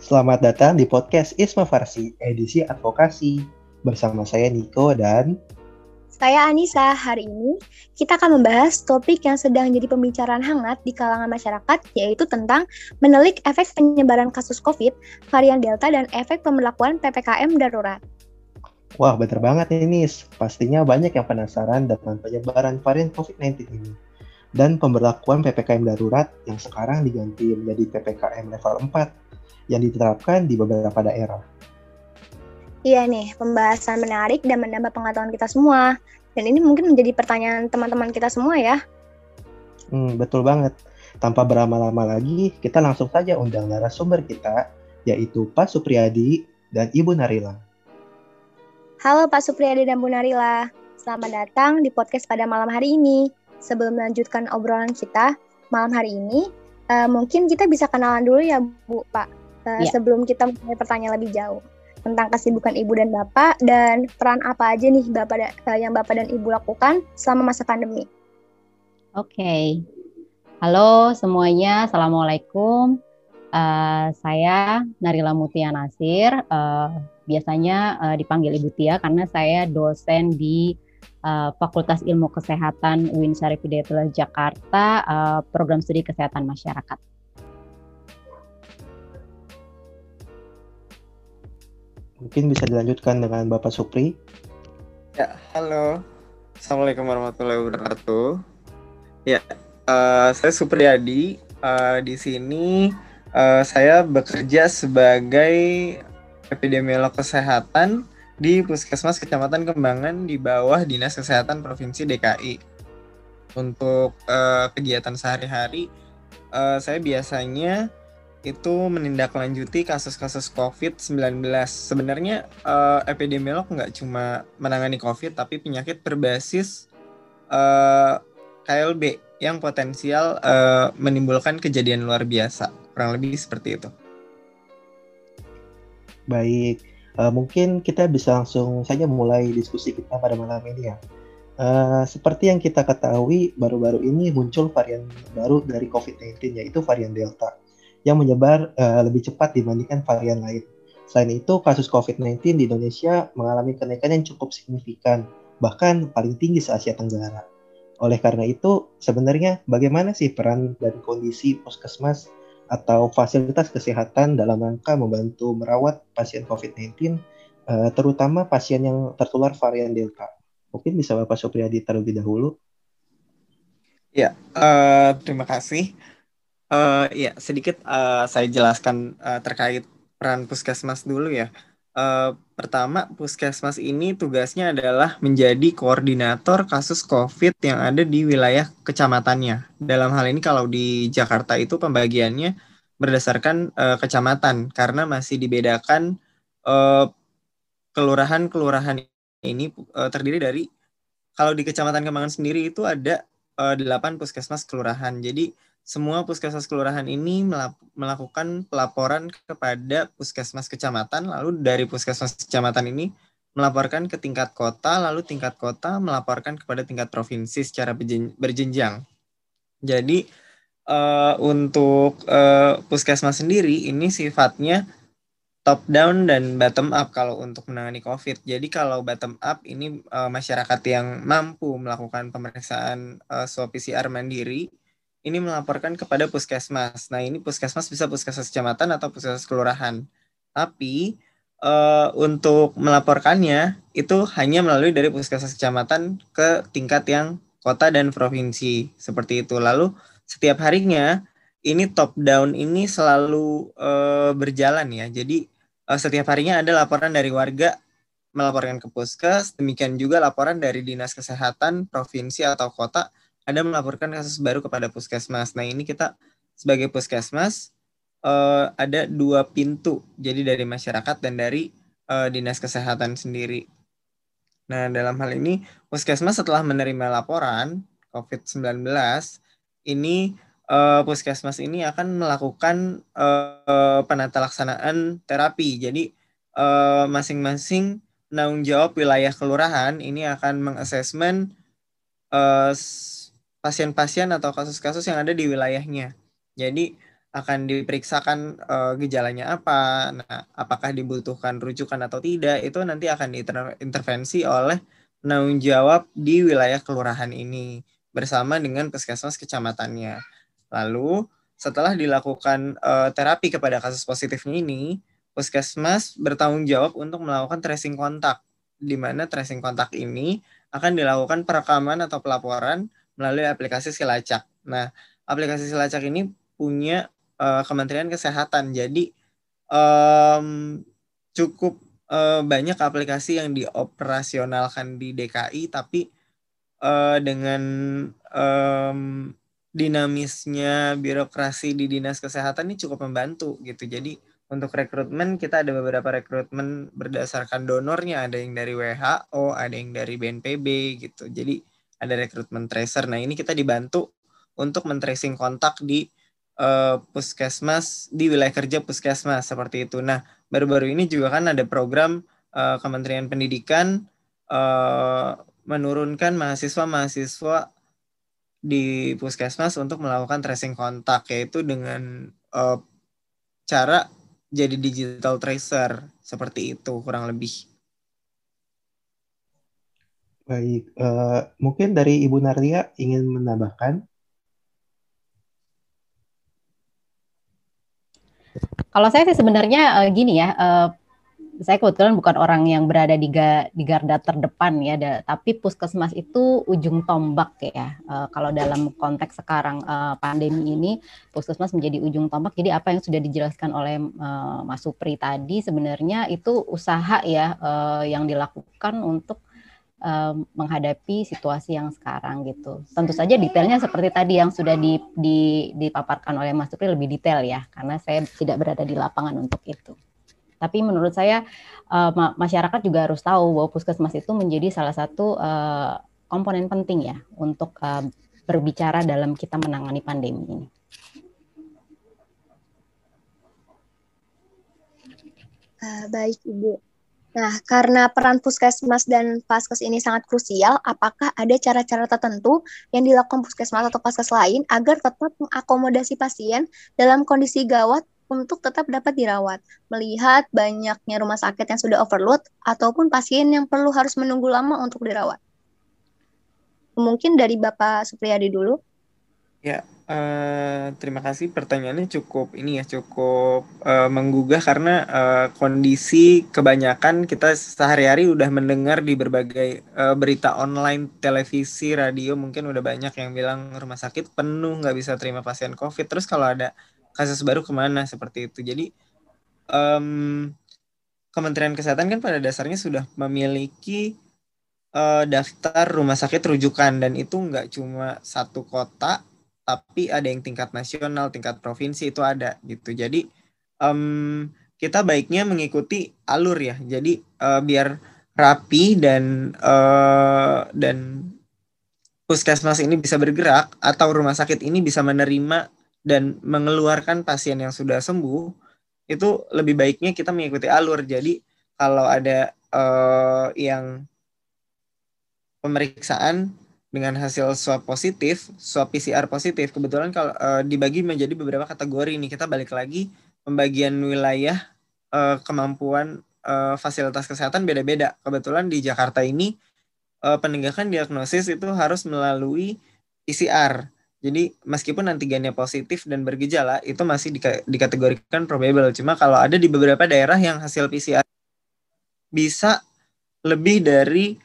Selamat datang di podcast Isma Farsi, edisi advokasi. Bersama saya Niko dan Saya Anissa. Hari ini kita akan membahas topik yang sedang jadi pembicaraan hangat di kalangan masyarakat, yaitu tentang menelik efek penyebaran kasus COVID, varian Delta, dan efek pemberlakuan PPKM darurat. wah bener banget nih Nis, pastinya banyak yang penasaran dengan penyebaran varian COVID-19 ini. Dan pemberlakuan PPKM darurat yang sekarang diganti menjadi PPKM level 4 yang diterapkan di beberapa daerah. Iya nih, pembahasan menarik dan menambah pengetahuan kita semua. Dan ini mungkin menjadi pertanyaan teman-teman kita semua ya. Betul banget. Tanpa berlama-lama lagi, kita langsung saja undang narasumber kita, yaitu Pak Supriyadi dan Ibu Narila. Halo Pak Supriyadi dan Bu Narila, selamat datang di podcast pada malam hari ini. Sebelum melanjutkan obrolan kita malam hari ini, mungkin kita bisa kenalan dulu ya Bu, Pak, sebelum kita mulai pertanyaan lebih jauh tentang kesibukan Ibu dan Bapak dan peran apa aja nih yang Bapak dan Ibu lakukan selama masa pandemi. Oke. Halo semuanya, Assalamualaikum. Saya Narila Mutia Nasir, biasanya dipanggil Ibu Tia karena saya dosen di Fakultas Ilmu Kesehatan UIN Syarif Hidayatullah Jakarta, program studi kesehatan masyarakat. Mungkin bisa dilanjutkan dengan Bapak Supri. Ya, halo. Assalamualaikum warahmatullahi wabarakatuh. Ya, saya Supriyadi. Di sini saya bekerja sebagai epidemiolog kesehatan di Puskesmas Kecamatan Kembangan di bawah Dinas Kesehatan Provinsi DKI. Untuk kegiatan sehari-hari, saya biasanya itu menindaklanjuti kasus-kasus COVID-19. Sebenarnya epidemiolog nggak cuma menangani COVID, tapi penyakit berbasis KLB yang potensial menimbulkan kejadian luar biasa. Kurang lebih seperti itu. Baik, mungkin kita bisa langsung saja mulai diskusi kita pada malam ini ya. Seperti yang kita ketahui, baru-baru ini muncul varian baru dari COVID-19, yaitu varian Delta, yang menyebar lebih cepat dibandingkan varian lain. Selain itu, kasus COVID-19 di Indonesia mengalami kenaikan yang cukup signifikan, bahkan paling tinggi se-Asia Tenggara. Oleh karena itu, sebenarnya bagaimana sih peran dan kondisi puskesmas atau fasilitas kesehatan dalam rangka membantu merawat pasien COVID-19, terutama pasien yang tertular varian Delta? Mungkin bisa Bapak Supriyadi terlebih dahulu. Ya, terima kasih. Ya, sedikit saya jelaskan terkait peran puskesmas dulu ya. Pertama, puskesmas ini tugasnya adalah menjadi koordinator kasus COVID yang ada di wilayah kecamatannya. Dalam hal ini kalau di Jakarta itu pembagiannya berdasarkan kecamatan karena masih dibedakan kelurahan-kelurahan ini terdiri dari, kalau di Kecamatan Kembangan sendiri itu ada 8 puskesmas kelurahan. Jadi semua puskesmas kelurahan ini melakukan pelaporan kepada puskesmas kecamatan, lalu dari puskesmas kecamatan ini melaporkan ke tingkat kota, lalu tingkat kota melaporkan kepada tingkat provinsi secara berjenjang. Jadi untuk puskesmas sendiri ini sifatnya top down dan bottom up kalau untuk menangani COVID. Jadi kalau bottom up ini masyarakat yang mampu melakukan pemeriksaan swab PCR mandiri, ini melaporkan kepada puskesmas. Nah ini puskesmas bisa puskesmas kecamatan atau puskesmas kelurahan. Tapi untuk melaporkannya itu hanya melalui dari puskesmas kecamatan ke tingkat yang kota dan provinsi. Seperti itu. Lalu setiap harinya ini top down ini selalu berjalan ya. Jadi setiap harinya ada laporan dari warga melaporkan ke puskes, demikian juga laporan dari dinas kesehatan provinsi atau kota ada melaporkan kasus baru kepada puskesmas. Nah ini kita sebagai puskesmas ada 2 pintu, jadi dari masyarakat dan dari dinas kesehatan sendiri. Nah dalam hal ini puskesmas setelah menerima laporan COVID-19 ini puskesmas ini akan melakukan penata laksanaan terapi. Jadi masing-masing penanggung jawab wilayah kelurahan ini akan mengasesmen pasien-pasien atau kasus-kasus yang ada di wilayahnya. Jadi akan diperiksakan gejalanya apa, nah apakah dibutuhkan rujukan atau tidak, itu nanti akan diintervensi oleh penanggung jawab di wilayah kelurahan ini bersama dengan puskesmas kecamatannya. Lalu setelah dilakukan terapi kepada kasus positifnya ini, puskesmas bertanggung jawab untuk melakukan tracing kontak, di mana tracing kontak ini akan dilakukan perekaman atau pelaporan melalui aplikasi Silacak. Nah, aplikasi Silacak ini punya Kementerian Kesehatan, jadi cukup banyak aplikasi yang dioperasionalkan di DKI, tapi dengan dinamisnya birokrasi di Dinas Kesehatan ini cukup membantu gitu. Jadi untuk rekrutmen kita ada beberapa rekrutmen berdasarkan donornya, ada yang dari WHO, ada yang dari BNPB gitu. Jadi ada rekrutmen tracer. Nah, ini kita dibantu untuk men-tracing kontak di puskesmas, di wilayah kerja puskesmas seperti itu. Nah, baru-baru ini juga kan ada program Kementerian Pendidikan menurunkan mahasiswa-mahasiswa di puskesmas untuk melakukan tracing kontak, yaitu dengan cara jadi digital tracer seperti itu kurang lebih. Baik, mungkin dari Ibu Narlia ingin menambahkan. Kalau saya sih sebenarnya gini ya, saya kebetulan bukan orang yang berada di garda terdepan ya, tapi puskesmas itu ujung tombak ya. Kalau dalam konteks sekarang pandemi ini, puskesmas menjadi ujung tombak. Jadi apa yang sudah dijelaskan oleh Mas Supri tadi sebenarnya itu usaha ya yang dilakukan untuk menghadapi situasi yang sekarang gitu. Tentu saja detailnya seperti tadi yang sudah dipaparkan oleh Mas Supri lebih detail ya, karena saya tidak berada di lapangan untuk itu. Tapi menurut saya masyarakat juga harus tahu bahwa puskesmas itu menjadi salah satu komponen penting ya untuk berbicara dalam kita menangani pandemi ini. Baik Ibu. Nah, karena peran puskesmas dan paskes ini sangat krusial, apakah ada cara-cara tertentu yang dilakukan puskesmas atau paskes lain agar tetap mengakomodasi pasien dalam kondisi gawat untuk tetap dapat dirawat, melihat banyaknya rumah sakit yang sudah overload ataupun pasien yang perlu harus menunggu lama untuk dirawat? Mungkin dari Bapak Supriyadi dulu. Ya, terima kasih, pertanyaannya cukup menggugah karena kondisi kebanyakan kita sehari-hari udah mendengar di berbagai berita online, televisi, radio, mungkin udah banyak yang bilang rumah sakit penuh, nggak bisa terima pasien COVID. Terus kalau ada kasus baru kemana seperti itu. Jadi Kementerian Kesehatan kan pada dasarnya sudah memiliki daftar rumah sakit rujukan, dan itu nggak cuma satu kota, tapi ada yang tingkat nasional, tingkat provinsi itu ada gitu. Jadi kita baiknya mengikuti alur ya. Jadi biar rapi dan puskesmas ini bisa bergerak atau rumah sakit ini bisa menerima dan mengeluarkan pasien yang sudah sembuh, itu lebih baiknya kita mengikuti alur. Jadi kalau ada yang pemeriksaan dengan hasil swab PCR positif, kebetulan kalau dibagi menjadi beberapa kategori ini, kita balik lagi pembagian wilayah kemampuan fasilitas kesehatan beda-beda. Kebetulan di Jakarta ini penegakan diagnosis itu harus melalui PCR. Jadi meskipun antigennya positif dan bergejala, itu masih dikategorikan probable. Cuma kalau ada di beberapa daerah yang hasil PCR bisa lebih dari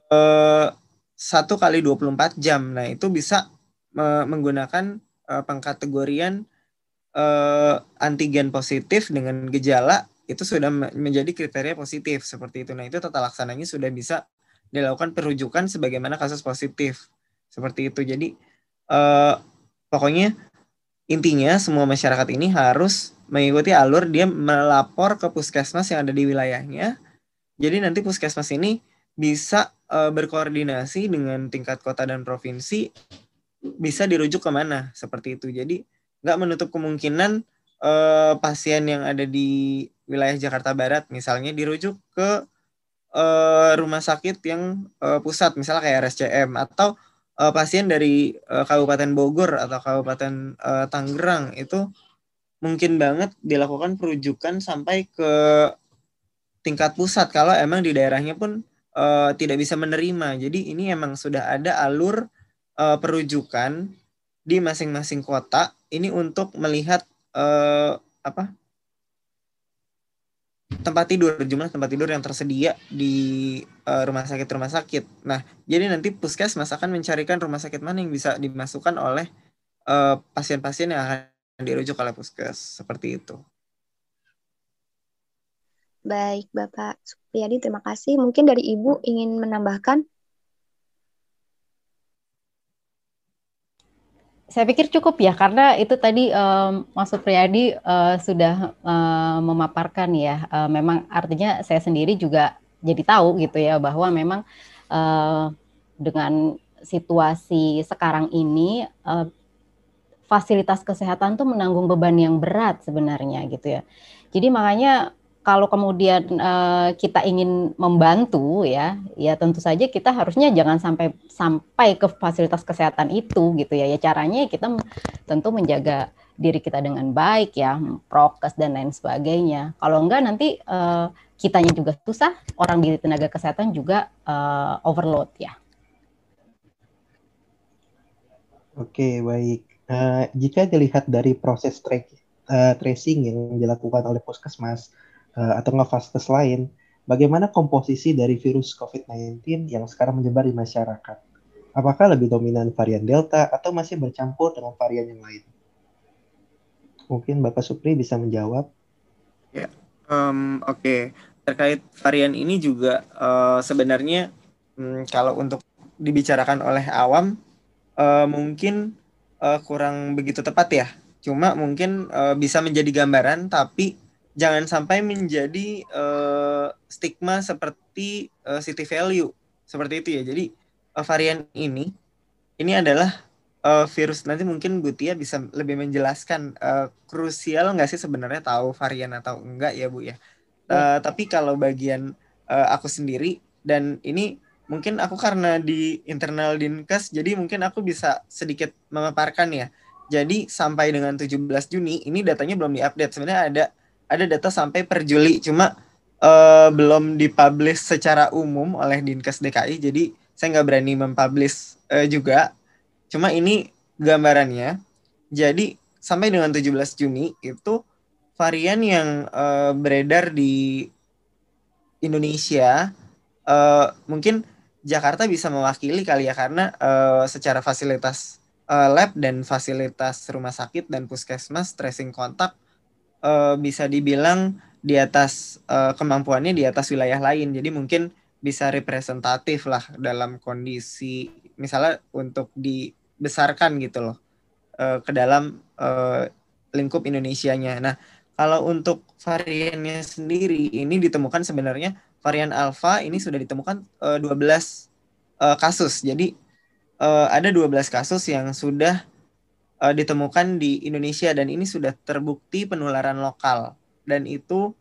1x24 jam. Nah, itu bisa menggunakan pengkategorian antigen positif dengan gejala, itu sudah menjadi kriteria positif seperti itu. Nah, itu tata laksananya sudah bisa dilakukan perujukan sebagaimana kasus positif seperti itu. Jadi pokoknya intinya semua masyarakat ini harus mengikuti alur, dia melapor ke puskesmas yang ada di wilayahnya. Jadi nanti puskesmas ini bisa berkoordinasi dengan tingkat kota dan provinsi, bisa dirujuk kemana seperti itu. Jadi nggak menutup kemungkinan pasien yang ada di wilayah Jakarta Barat misalnya dirujuk ke rumah sakit yang pusat, misalnya kayak RSCM, atau pasien dari Kabupaten Bogor atau Kabupaten Tangerang itu mungkin banget dilakukan perujukan sampai ke tingkat pusat kalau emang di daerahnya pun tidak bisa menerima. Jadi ini emang sudah ada alur perujukan di masing-masing kota ini untuk melihat apa jumlah tempat tidur yang tersedia di rumah sakit. Nah, jadi nanti puskesmas akan mencarikan rumah sakit mana yang bisa dimasukkan oleh pasien-pasien yang akan dirujuk oleh puskes, seperti itu. Baik, Bapak Supriyadi, terima kasih. Mungkin dari Ibu ingin menambahkan? Saya pikir cukup ya, karena itu tadi Mas Supriyadi sudah memaparkan ya. Memang artinya saya sendiri juga jadi tahu gitu ya, bahwa memang dengan situasi sekarang ini fasilitas kesehatan tuh menanggung beban yang berat sebenarnya gitu ya. Jadi makanya kalau kemudian kita ingin membantu ya tentu saja kita harusnya jangan sampai ke fasilitas kesehatan itu gitu ya. Ya caranya kita tentu menjaga diri kita dengan baik ya, prokes dan lain sebagainya. Kalau enggak nanti kitanya juga susah, orang di tenaga kesehatan juga overload ya. Oke, baik. Jika dilihat dari proses tracing yang dilakukan oleh puskesmas atau vaskes lain, bagaimana komposisi dari virus COVID-19 yang sekarang menyebar di masyarakat? Apakah lebih dominan varian Delta atau masih bercampur dengan varian yang lain? Mungkin Bapak Supri bisa menjawab. Ya, oke. Terkait varian ini juga sebenarnya kalau untuk dibicarakan oleh awam mungkin kurang begitu tepat ya. Cuma mungkin bisa menjadi gambaran, tapi jangan sampai menjadi stigma seperti city value seperti itu ya. Jadi varian ini adalah virus. Nanti mungkin Bu Tia bisa lebih menjelaskan krusial nggak sih sebenarnya tahu varian atau enggak ya Bu ya. Tapi kalau bagian aku sendiri, dan ini mungkin aku karena di internal Dinkes, jadi mungkin aku bisa sedikit memaparkan ya. Jadi sampai dengan 17 Juni, ini datanya belum diupdate. Sebenarnya ada data sampai per Juli, cuma belum dipublish secara umum oleh Dinkes DKI, jadi saya nggak berani mempublish juga. Cuma ini gambarannya. Jadi sampai dengan 17 Juni itu varian yang beredar di Indonesia, mungkin Jakarta bisa mewakili kali ya, karena secara fasilitas lab dan fasilitas rumah sakit dan puskesmas tracing kontak bisa dibilang di atas kemampuannya di atas wilayah lain. Jadi mungkin bisa representatif lah dalam kondisi misalnya untuk dibesarkan gitu loh ke dalam lingkup Indonesianya. Nah, kalau untuk variannya sendiri ini ditemukan sebenarnya varian alfa ini sudah ditemukan 12 kasus. Jadi ada 12 kasus yang sudah ditemukan di Indonesia, dan ini sudah terbukti penularan lokal, dan itu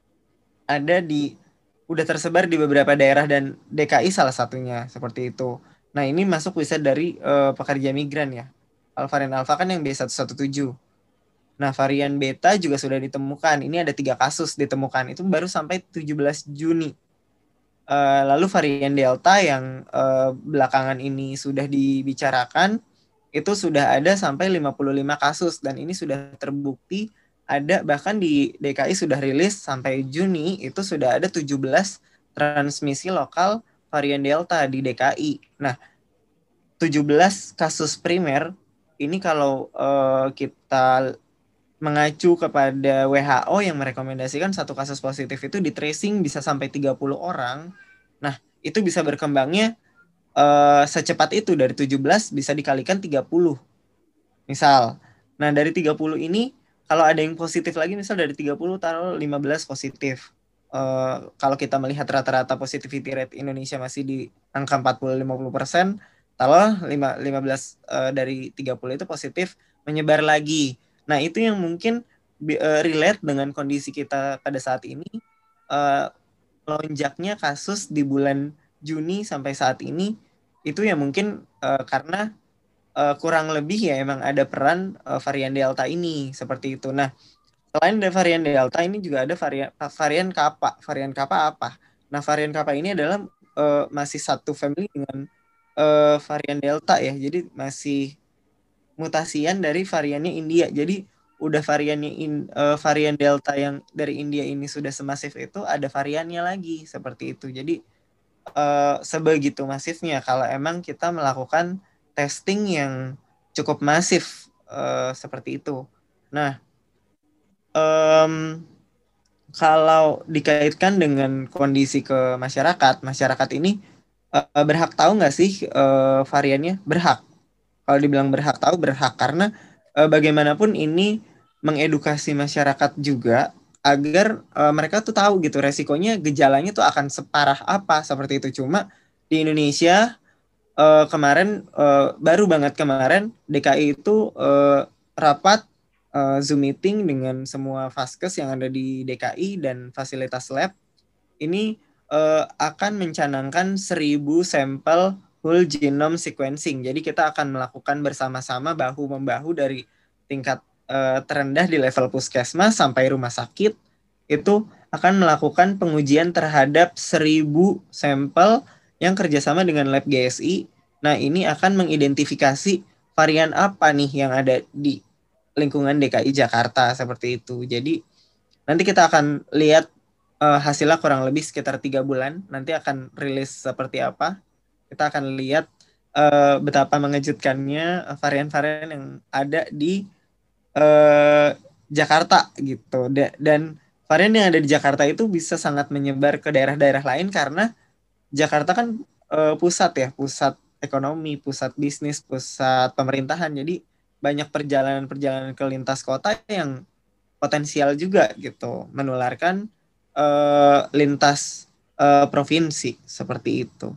udah tersebar di beberapa daerah dan DKI salah satunya seperti itu. Nah, ini masuk bisa dari pekerja migran ya. Varian alfa kan yang B117. Nah, varian beta juga sudah ditemukan. Ini ada 3 kasus ditemukan. Itu baru sampai 17 Juni. Lalu varian delta yang belakangan ini sudah dibicarakan, itu sudah ada sampai 55 kasus. Dan ini sudah terbukti ada, bahkan di DKI sudah rilis sampai Juni, itu sudah ada 17 transmisi lokal varian delta di DKI. Nah, 17 kasus primer, ini kalau kita mengacu kepada WHO yang merekomendasikan satu kasus positif itu di tracing bisa sampai 30 orang. Nah, itu bisa berkembangnya secepat itu, dari 17 bisa dikalikan 30. Misal. Nah, dari 30 ini kalau ada yang positif lagi, misal dari 30 taruh 15 positif. Kalau kita melihat rata-rata positivity rate Indonesia masih di angka 40-50%, taruh 15 dari 30 itu positif, menyebar lagi. Nah, itu yang mungkin relate dengan kondisi kita pada saat ini. Lonjaknya kasus di bulan Juni sampai saat ini, itu ya mungkin karena kurang lebih ya emang ada peran varian Delta ini seperti itu. Nah, selain dari varian Delta ini juga ada varian Kappa. Varian Kappa apa? Nah, varian Kappa ini adalah masih satu family dengan varian Delta ya. Jadi masih mutasian dari variannya India. Jadi udah varian Delta yang dari India ini sudah semasif itu, ada variannya lagi seperti itu. Jadi sebegitu masifnya kalau emang kita melakukan testing yang cukup masif seperti itu. Nah, kalau dikaitkan dengan kondisi ke masyarakat ini berhak tahu nggak sih variannya? Berhak. Kalau dibilang berhak tahu, berhak. Karena bagaimanapun ini mengedukasi masyarakat juga agar mereka tuh tahu gitu resikonya, gejalanya tuh akan separah apa seperti itu. Cuma di Indonesia kemarin baru banget kemarin DKI itu rapat Zoom meeting dengan semua vaskes yang ada di DKI dan fasilitas lab. Ini akan mencanangkan 1.000 sampel whole genome sequencing. Jadi kita akan melakukan bersama-sama bahu-membahu dari tingkat terendah di level puskesmas sampai rumah sakit. Itu akan melakukan pengujian terhadap 1.000 sampel yang kerjasama dengan lab GSI. Nah, ini akan mengidentifikasi varian apa nih yang ada di lingkungan DKI Jakarta seperti itu. Jadi nanti kita akan lihat hasilnya kurang lebih sekitar 3 bulan. Nanti akan rilis seperti apa. Kita akan lihat betapa mengejutkannya varian-varian yang ada di Jakarta gitu. Dan varian yang ada di Jakarta itu bisa sangat menyebar ke daerah-daerah lain karena Jakarta kan pusat ya, pusat ekonomi, pusat bisnis, pusat pemerintahan. Jadi banyak perjalanan-perjalanan ke lintas kota yang potensial juga gitu, menularkan lintas provinsi seperti itu.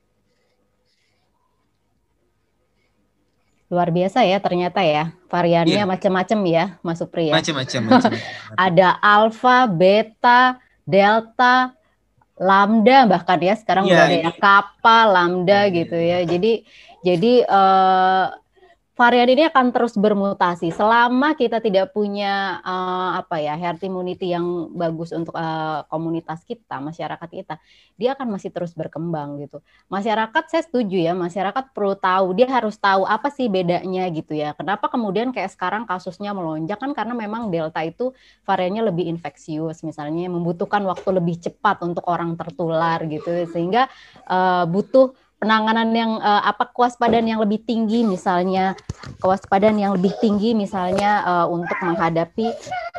Luar biasa ya ternyata ya, variannya macam-macam ya, Mas Supri ya. Macam-macam. Ada alfa, beta, delta, lambda bahkan ya sekarang udah ada ya kappa, lambda gitu ya. Jadi varian ini akan terus bermutasi selama kita tidak punya herd immunity yang bagus untuk komunitas kita, masyarakat kita, dia akan masih terus berkembang gitu. Masyarakat, saya setuju ya, masyarakat perlu tahu, dia harus tahu apa sih bedanya gitu ya. Kenapa kemudian kayak sekarang kasusnya melonjak kan karena memang Delta itu variannya lebih infeksius, misalnya membutuhkan waktu lebih cepat untuk orang tertular gitu, sehingga butuh penanganan yang kewaspadaan yang lebih tinggi, misalnya kewaspadaan yang lebih tinggi misalnya untuk menghadapi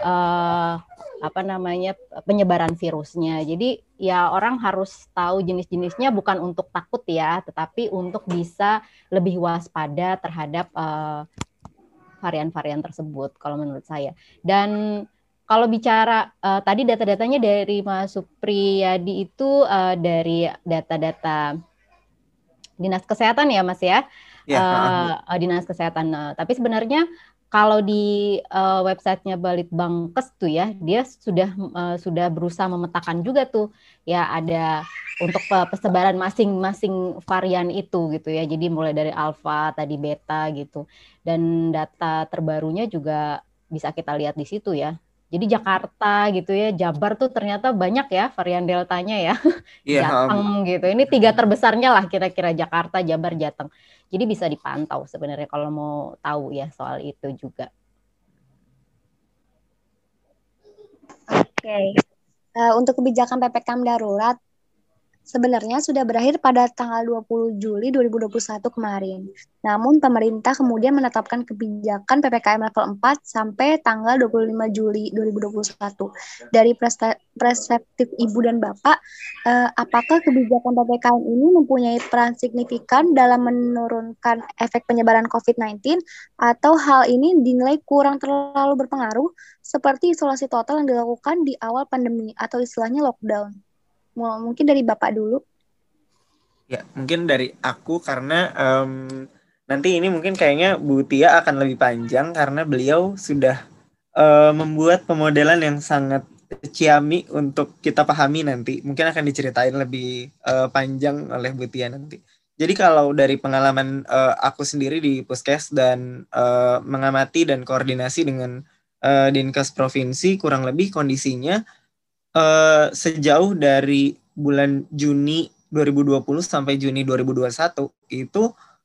penyebaran virusnya. Jadi ya orang harus tahu jenis-jenisnya, bukan untuk takut ya, tetapi untuk bisa lebih waspada terhadap varian-varian tersebut kalau menurut saya. Dan kalau bicara tadi data-datanya dari Mas Supriyadi itu dari data-data Dinas Kesehatan ya, Mas ya? Dinas Kesehatan. Tapi sebenarnya kalau di websitenya Balitbangkes tuh ya, dia sudah berusaha memetakan juga tuh ya, ada untuk persebaran masing-masing varian itu gitu ya. Jadi mulai dari alfa, tadi beta gitu. Dan data terbarunya juga bisa kita lihat di situ ya. Jadi Jakarta gitu ya, Jabar tuh ternyata banyak ya varian deltanya ya. Jateng gitu. Ini 3 terbesarnya lah kira-kira, Jakarta, Jabar, Jateng. Jadi bisa dipantau sebenarnya kalau mau tahu ya soal itu juga. Oke. Untuk kebijakan PPKM darurat sebenarnya sudah berakhir pada tanggal 20 Juli 2021 kemarin. Namun pemerintah kemudian menetapkan kebijakan PPKM level 4 sampai tanggal 25 Juli 2021. Dari perspektif Ibu dan Bapak, apakah kebijakan PPKM ini mempunyai peran signifikan dalam menurunkan efek penyebaran COVID-19 atau hal ini dinilai kurang terlalu berpengaruh seperti isolasi total yang dilakukan di awal pandemi atau istilahnya lockdown? Mungkin dari Bapak dulu. Ya, mungkin dari aku karena nanti ini mungkin kayaknya Bu Tia akan lebih panjang karena beliau sudah membuat pemodelan yang sangat ciamik untuk kita pahami nanti. Mungkin akan diceritain lebih panjang oleh Bu Tia nanti. Jadi kalau dari pengalaman aku sendiri di Puskes dan mengamati dan koordinasi dengan Dinkes Provinsi, kurang lebih kondisinya sejauh dari bulan Juni 2020 sampai Juni 2021 itu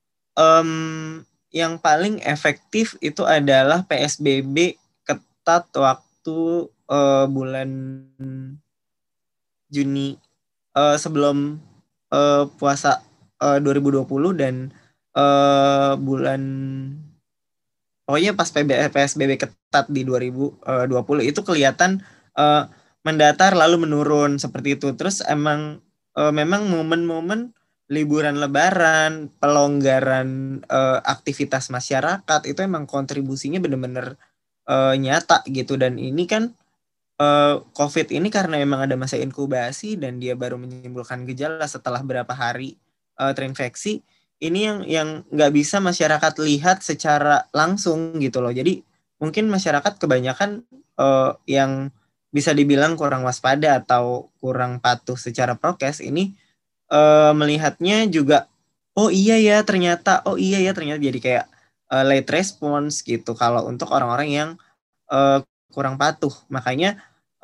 yang paling efektif itu adalah PSBB ketat waktu bulan Juni sebelum puasa 2020 dan bulan pokoknya pas PSBB ketat di 2020 itu kelihatan mendatar lalu menurun seperti itu. Terus memang momen-momen liburan Lebaran, pelonggaran aktivitas masyarakat itu emang kontribusinya benar-benar nyata gitu. Dan ini kan COVID ini karena memang ada masa inkubasi dan dia baru menimbulkan gejala setelah berapa hari terinfeksi, ini yang nggak bisa masyarakat lihat secara langsung gitu loh. Jadi mungkin masyarakat kebanyakan yang bisa dibilang kurang waspada atau kurang patuh secara prokes ini melihatnya juga oh iya ya ternyata jadi kayak late response gitu kalau untuk orang-orang yang kurang patuh. Makanya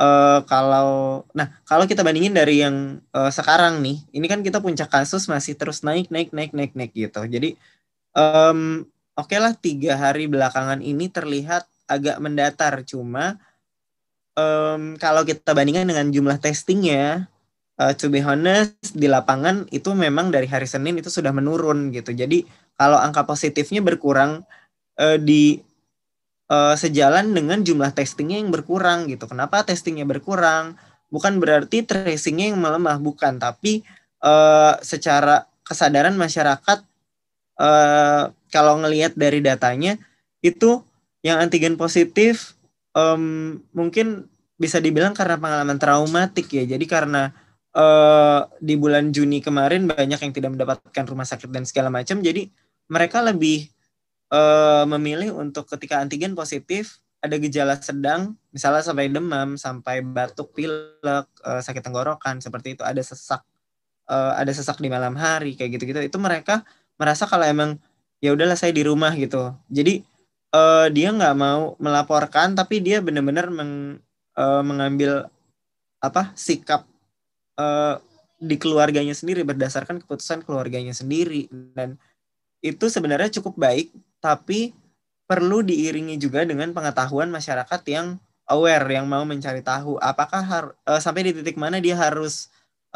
kalau kita bandingin dari yang sekarang nih, ini kan kita puncak kasus masih terus naik gitu. Jadi oke lah 3 hari belakangan ini terlihat agak mendatar. Cuma kalau kita bandingkan dengan jumlah testingnya, to be honest di lapangan itu memang dari hari Senin itu sudah menurun gitu. Jadi kalau angka positifnya berkurang di sejalan dengan jumlah testingnya yang berkurang gitu. Kenapa testingnya berkurang? Bukan berarti tracingnya yang melemah, bukan. Tapi secara kesadaran masyarakat kalau ngelihat dari datanya itu yang antigen positif mungkin bisa dibilang karena pengalaman traumatik ya. Jadi karena di bulan Juni kemarin banyak yang tidak mendapatkan rumah sakit dan segala macam. Jadi mereka lebih memilih untuk ketika antigen positif ada gejala sedang, misalnya sampai demam, sampai batuk, pilek, sakit tenggorokan, seperti itu, ada sesak di malam hari kayak gitu-gitu. Itu mereka merasa kalau emang ya udahlah saya di rumah gitu. Jadi dia nggak mau melaporkan, tapi dia benar-benar mengambil sikap di keluarganya sendiri berdasarkan keputusan keluarganya sendiri. Dan itu sebenarnya cukup baik, tapi perlu diiringi juga dengan pengetahuan masyarakat yang aware, yang mau mencari tahu apakah sampai di titik mana dia harus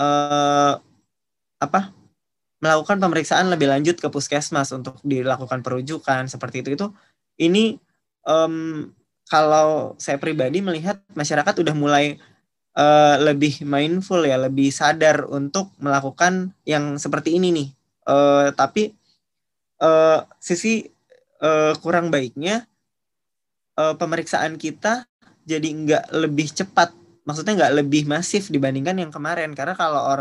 melakukan pemeriksaan lebih lanjut ke puskesmas untuk dilakukan perujukan seperti itu. Ini kalau saya pribadi melihat masyarakat udah mulai lebih mindful ya, lebih sadar untuk melakukan yang seperti ini nih. Tapi sisi kurang baiknya pemeriksaan kita jadi nggak lebih cepat, maksudnya nggak lebih masif dibandingkan yang kemarin. Karena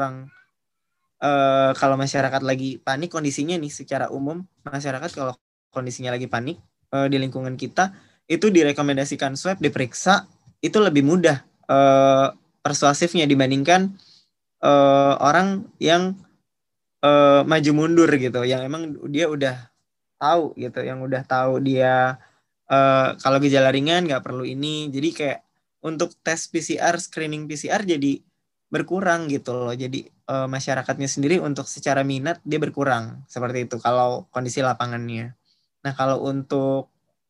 kalau masyarakat lagi panik kondisinya nih, secara umum masyarakat kalau kondisinya lagi panik di lingkungan kita itu direkomendasikan swab, diperiksa, itu lebih mudah persuasifnya dibandingkan orang yang maju mundur gitu, yang emang dia udah tahu gitu, yang udah tahu dia kalau gejala ringan nggak perlu ini. Jadi kayak untuk tes PCR, screening PCR jadi berkurang gitu loh. Jadi masyarakatnya sendiri untuk secara minat dia berkurang seperti itu kalau kondisi lapangannya. Nah kalau untuk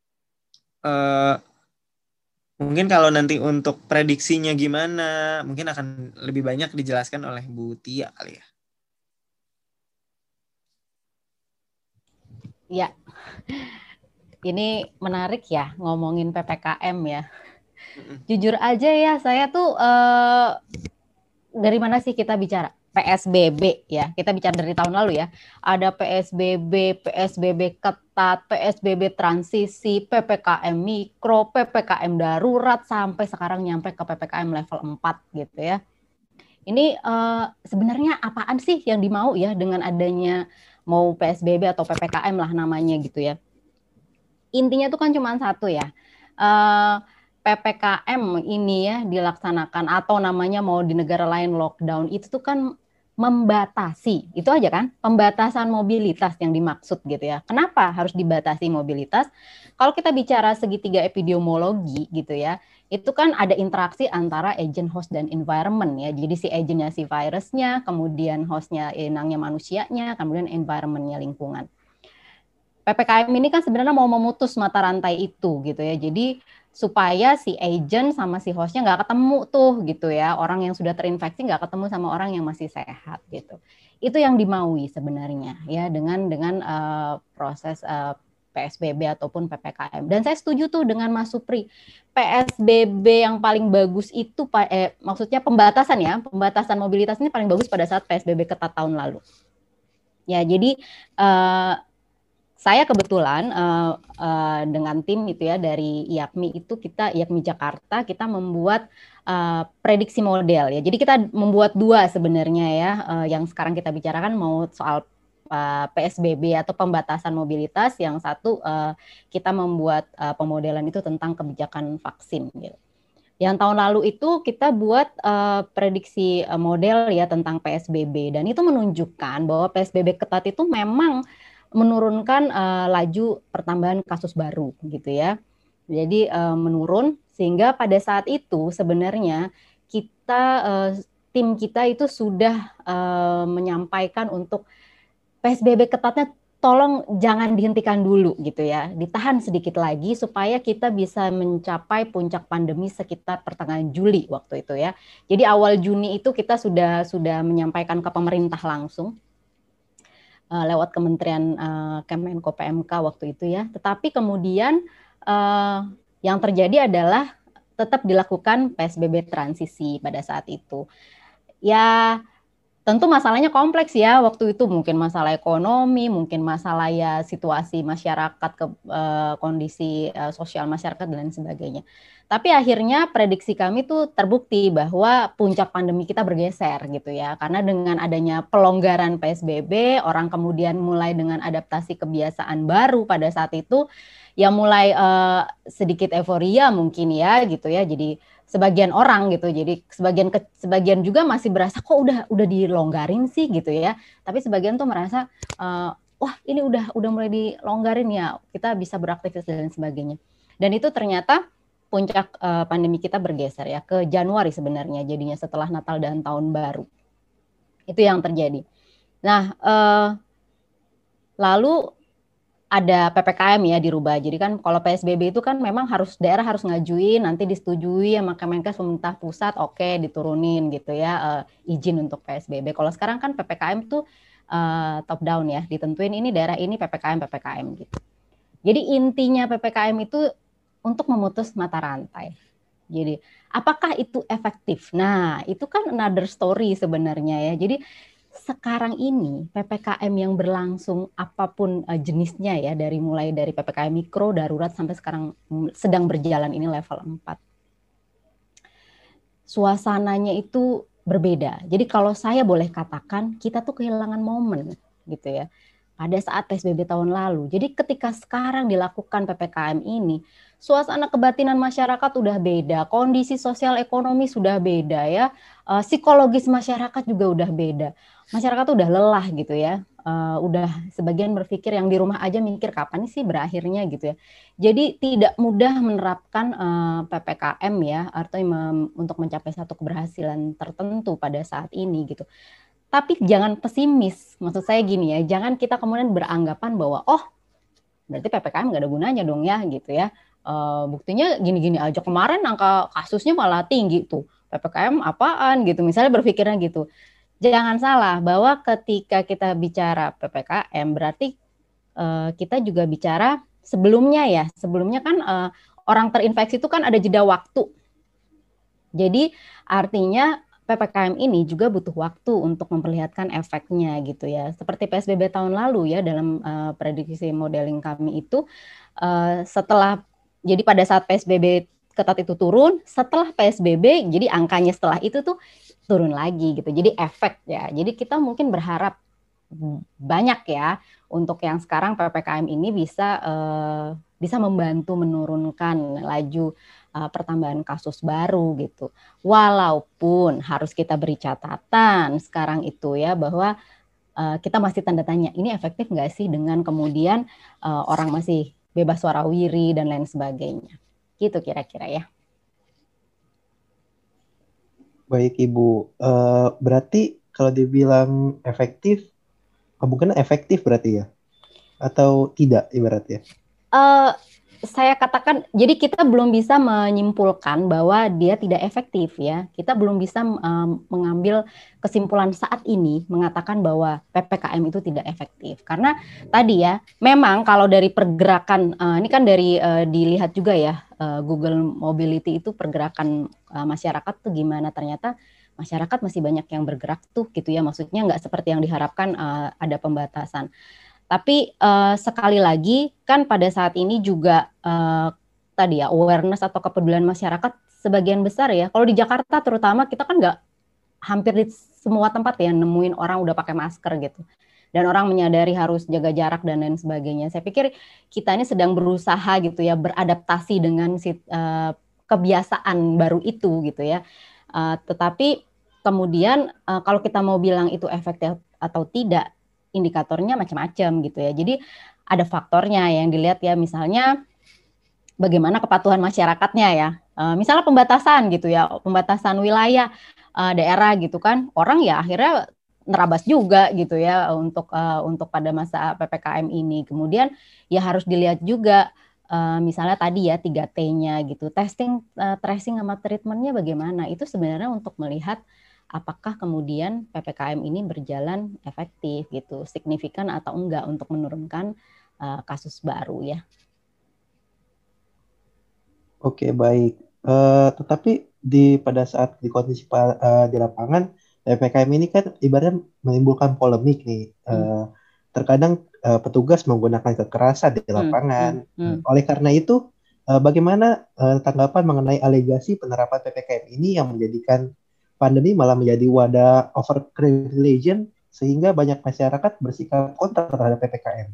mungkin kalau nanti untuk prediksinya gimana, mungkin akan lebih banyak dijelaskan oleh Bu Tia kali ya. Ya, ini menarik ya ngomongin PPKM ya. Jujur aja ya, saya tuh dari mana sih kita bicara? PSBB ya, kita bicara dari tahun lalu ya. Ada PSBB ketat, PSBB transisi, PPKM mikro, PPKM darurat, sampai sekarang nyampe ke PPKM level 4 gitu ya. Ini sebenarnya apaan sih yang dimau ya dengan adanya mau PSBB atau PPKM lah namanya gitu ya. Intinya tuh kan cuma satu ya. PPKM ini ya dilaksanakan atau namanya mau di negara lain lockdown itu tuh kan membatasi, itu aja kan, pembatasan mobilitas yang dimaksud gitu ya. Kenapa harus dibatasi mobilitas? Kalau kita bicara segitiga epidemiologi gitu ya, itu kan ada interaksi antara agent, host, dan environment ya. Jadi si agentnya si virusnya, kemudian hostnya inangnya manusianya, kemudian environmentnya lingkungan. PPKM ini kan sebenarnya mau memutus mata rantai itu gitu ya. Jadi supaya si agent sama si hostnya nggak ketemu tuh gitu ya, orang yang sudah terinfeksi nggak ketemu sama orang yang masih sehat gitu. Itu yang dimaui sebenarnya ya dengan proses PSBB ataupun PPKM. Dan saya setuju tuh dengan Mas Supri, PSBB yang paling bagus itu maksudnya pembatasan mobilitas ini paling bagus pada saat PSBB ketat tahun lalu. Ya jadi saya kebetulan dengan tim itu ya dari IAKMI Jakarta, kita membuat prediksi model ya. Jadi kita membuat dua sebenarnya ya, yang sekarang kita bicarakan mau soal PSBB atau pembatasan mobilitas, yang satu kita membuat pemodelan itu tentang kebijakan vaksin gitu. Yang tahun lalu itu kita buat prediksi model ya tentang PSBB, dan itu menunjukkan bahwa PSBB ketat itu memang menurunkan laju pertambahan kasus baru gitu ya. Jadi menurun sehingga pada saat itu sebenarnya tim kita itu sudah menyampaikan untuk PSBB ketatnya tolong jangan dihentikan dulu gitu ya. Ditahan sedikit lagi supaya kita bisa mencapai puncak pandemi sekitar pertengahan Juli waktu itu ya. Jadi awal Juni itu kita sudah menyampaikan ke pemerintah langsung lewat Kementerian Kemenko PMK waktu itu ya. Tetapi kemudian yang terjadi adalah tetap dilakukan PSBB transisi pada saat itu. Ya tentu masalahnya kompleks ya waktu itu, mungkin masalah ekonomi, mungkin masalah ya situasi masyarakat, kondisi sosial masyarakat dan lain sebagainya. Tapi akhirnya prediksi kami tuh terbukti bahwa puncak pandemi kita bergeser gitu ya. Karena dengan adanya pelonggaran PSBB, orang kemudian mulai dengan adaptasi kebiasaan baru pada saat itu, ya mulai sedikit euforia mungkin ya gitu ya. Jadi sebagian orang gitu, jadi sebagian juga masih berasa kok udah dilonggarin sih gitu ya. Tapi sebagian tuh merasa wah ini udah mulai dilonggarin ya, kita bisa beraktivitas dan sebagainya. Dan itu ternyata puncak pandemi kita bergeser ya ke Januari sebenarnya jadinya setelah Natal dan Tahun Baru. Itu yang terjadi. Nah, lalu ada PPKM ya dirubah. Jadi kan kalau PSBB itu kan memang daerah harus ngajuin, nanti disetujui sama Kemenkes pemerintah pusat, oke diturunin gitu ya izin untuk PSBB. Kalau sekarang kan PPKM tuh top down ya, ditentuin ini daerah ini PPKM gitu. Jadi intinya PPKM itu untuk memutus mata rantai. Jadi apakah itu efektif? Nah, itu kan another story sebenarnya ya. Jadi sekarang ini PPKM yang berlangsung apapun jenisnya ya, mulai dari PPKM mikro, darurat, sampai sekarang sedang berjalan ini level 4. Suasananya itu berbeda. Jadi kalau saya boleh katakan, kita tuh kehilangan momen gitu ya. Pada saat PSBB tahun lalu. Jadi ketika sekarang dilakukan PPKM ini, suasana kebatinan masyarakat udah beda, kondisi sosial ekonomi sudah beda ya, psikologis masyarakat juga udah beda. Masyarakat udah lelah gitu ya, udah sebagian berpikir yang di rumah aja mikir kapan sih berakhirnya gitu ya. Jadi tidak mudah menerapkan PPKM ya, atau untuk mencapai satu keberhasilan tertentu pada saat ini gitu. Tapi jangan pesimis, maksud saya gini ya, jangan kita kemudian beranggapan bahwa berarti PPKM nggak ada gunanya dong ya gitu ya. Buktinya gini-gini aja, kemarin angka kasusnya malah tinggi tuh, PPKM apaan gitu, misalnya berpikirnya gitu. Jangan salah bahwa ketika kita bicara PPKM berarti kita juga bicara sebelumnya kan orang terinfeksi itu kan ada jeda waktu. Jadi artinya PPKM ini juga butuh waktu untuk memperlihatkan efeknya gitu ya. Seperti PSBB tahun lalu ya, dalam prediksi modeling kami itu jadi pada saat PSBB ketat itu turun, setelah PSBB jadi angkanya setelah itu tuh turun lagi gitu. Jadi efek ya. Jadi kita mungkin berharap banyak ya untuk yang sekarang PPKM ini bisa bisa membantu menurunkan laju pertambahan kasus baru gitu. Walaupun harus kita beri catatan sekarang itu ya, bahwa kita masih tanda tanya, ini efektif nggak sih dengan kemudian orang masih bebas warawiri dan lain sebagainya. Gitu kira-kira ya. Baik Ibu, berarti kalau dibilang efektif, kemungkinan efektif berarti ya? Atau tidak ibaratnya? Saya katakan, jadi kita belum bisa menyimpulkan bahwa dia tidak efektif ya. Kita belum bisa mengambil kesimpulan saat ini mengatakan bahwa PPKM itu tidak efektif. Karena tadi ya, memang kalau dari pergerakan, ini kan dari dilihat juga ya, Google Mobility itu pergerakan masyarakat tuh gimana. Ternyata masyarakat masih banyak yang bergerak tuh gitu ya. Maksudnya nggak seperti yang diharapkan ada pembatasan. Tapi sekali lagi kan pada saat ini juga tadi ya awareness atau kepedulian masyarakat sebagian besar ya. Kalau di Jakarta terutama kita kan nggak hampir di semua tempat ya nemuin orang udah pakai masker gitu. Dan orang menyadari harus jaga jarak dan lain sebagainya. Saya pikir kita ini sedang berusaha gitu ya beradaptasi dengan kebiasaan baru itu gitu ya. Tetapi kemudian kalau kita mau bilang itu efektif atau tidak, indikatornya macam-macam gitu ya. Jadi ada faktornya yang dilihat ya, misalnya bagaimana kepatuhan masyarakatnya ya. Misalnya pembatasan gitu ya, pembatasan wilayah daerah gitu kan, orang ya akhirnya nerabas juga gitu ya untuk pada masa PPKM ini. Kemudian ya harus dilihat juga misalnya tadi ya 3T-nya gitu, testing, tracing sama treatment-nya bagaimana. Itu sebenarnya untuk melihat apakah kemudian PPKM ini berjalan efektif gitu, signifikan atau enggak untuk menurunkan kasus baru ya. Oke, baik. Tetapi pada saat di kondisi di lapangan, PPKM ini kan ibaratnya menimbulkan polemik nih. Terkadang petugas menggunakan kekerasan di lapangan. Oleh karena itu, bagaimana tanggapan mengenai alegasi penerapan PPKM ini yang menjadikan pandemi malah menjadi wadah overprivilege sehingga banyak masyarakat bersikap kontra terhadap PPKM?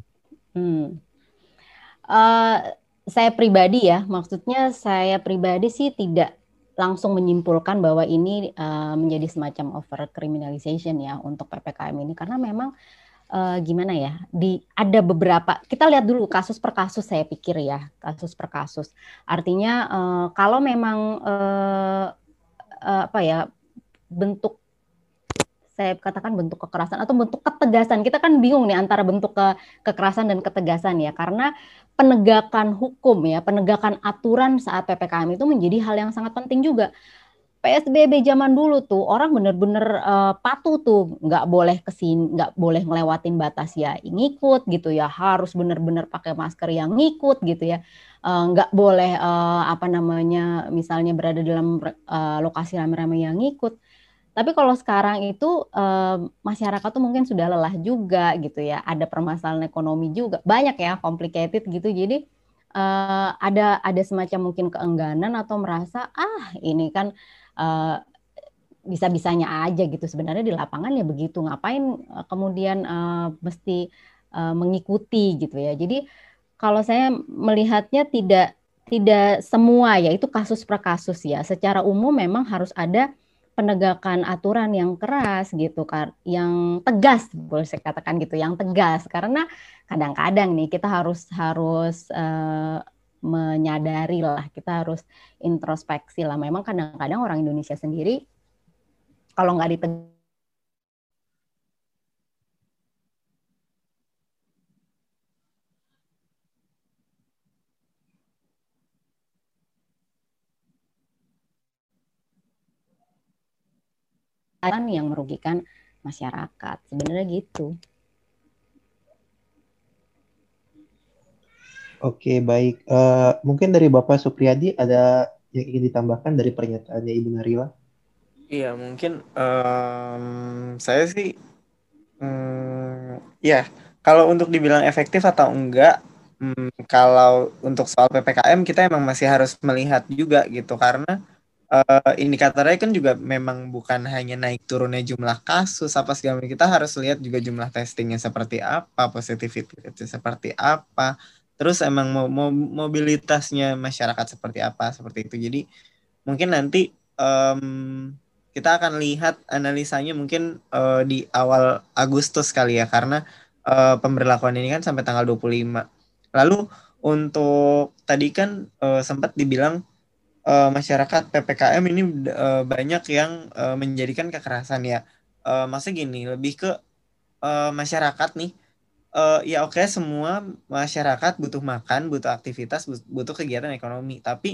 Saya pribadi ya, maksudnya saya pribadi sih tidak langsung menyimpulkan bahwa ini menjadi semacam overcriminalization ya untuk PPKM ini, karena memang gimana ya, ada beberapa, kita lihat dulu kasus per kasus, saya pikir ya, kasus per kasus. Artinya kalau memang apa ya, bentuk, saya katakan bentuk kekerasan atau bentuk ketegasan, kita kan bingung nih antara bentuk kekerasan dan ketegasan ya, karena penegakan hukum ya, penegakan aturan saat PPKM itu menjadi hal yang sangat penting juga. PSBB zaman dulu tuh orang bener-bener patuh tuh, nggak boleh kesini, nggak boleh ngelewatin batas ya ngikut gitu ya, harus bener-bener pakai masker yang ngikut gitu ya, nggak boleh apa namanya misalnya berada dalam lokasi rame-rame yang ngikut. Tapi kalau sekarang itu masyarakat tuh mungkin sudah lelah juga gitu ya, ada permasalahan ekonomi juga, banyak ya, complicated gitu. Jadi ada semacam mungkin keengganan atau merasa ini kan bisa-bisanya aja gitu. Sebenarnya di lapangan ya begitu, ngapain kemudian mesti mengikuti gitu ya. Jadi kalau saya melihatnya tidak semua ya, itu kasus per kasus ya. Secara umum memang harus ada penegakan aturan yang keras gitu kan, yang tegas, boleh saya katakan gitu, yang tegas, karena kadang-kadang nih kita harus menyadari lah, kita harus introspeksi lah, memang kadang-kadang orang Indonesia sendiri kalau nggak ditegas yang merugikan masyarakat, sebenarnya gitu. Oke, baik. Mungkin dari Bapak Supriyadi ada yang ingin ditambahkan dari pernyataannya Ibu Narila? Iya, mungkin saya sih, ya, kalau untuk dibilang efektif atau enggak, kalau untuk soal PPKM kita emang masih harus melihat juga gitu, karena indikatornya kan juga memang bukan hanya naik turunnya jumlah kasus apa segala macam. Kita harus lihat juga jumlah testingnya seperti apa, positivity rate seperti apa, terus emang mobilitasnya masyarakat seperti apa, seperti itu. Jadi mungkin nanti kita akan lihat analisanya mungkin di awal Agustus kali ya, karena pemberlakuan ini kan sampai tanggal 25. Lalu untuk tadi kan sempat dibilang masyarakat PPKM ini banyak yang menjadikan kekerasan ya. Maksudnya gini, lebih ke masyarakat nih, ya oke, semua masyarakat butuh makan, butuh aktivitas, butuh kegiatan ekonomi. Tapi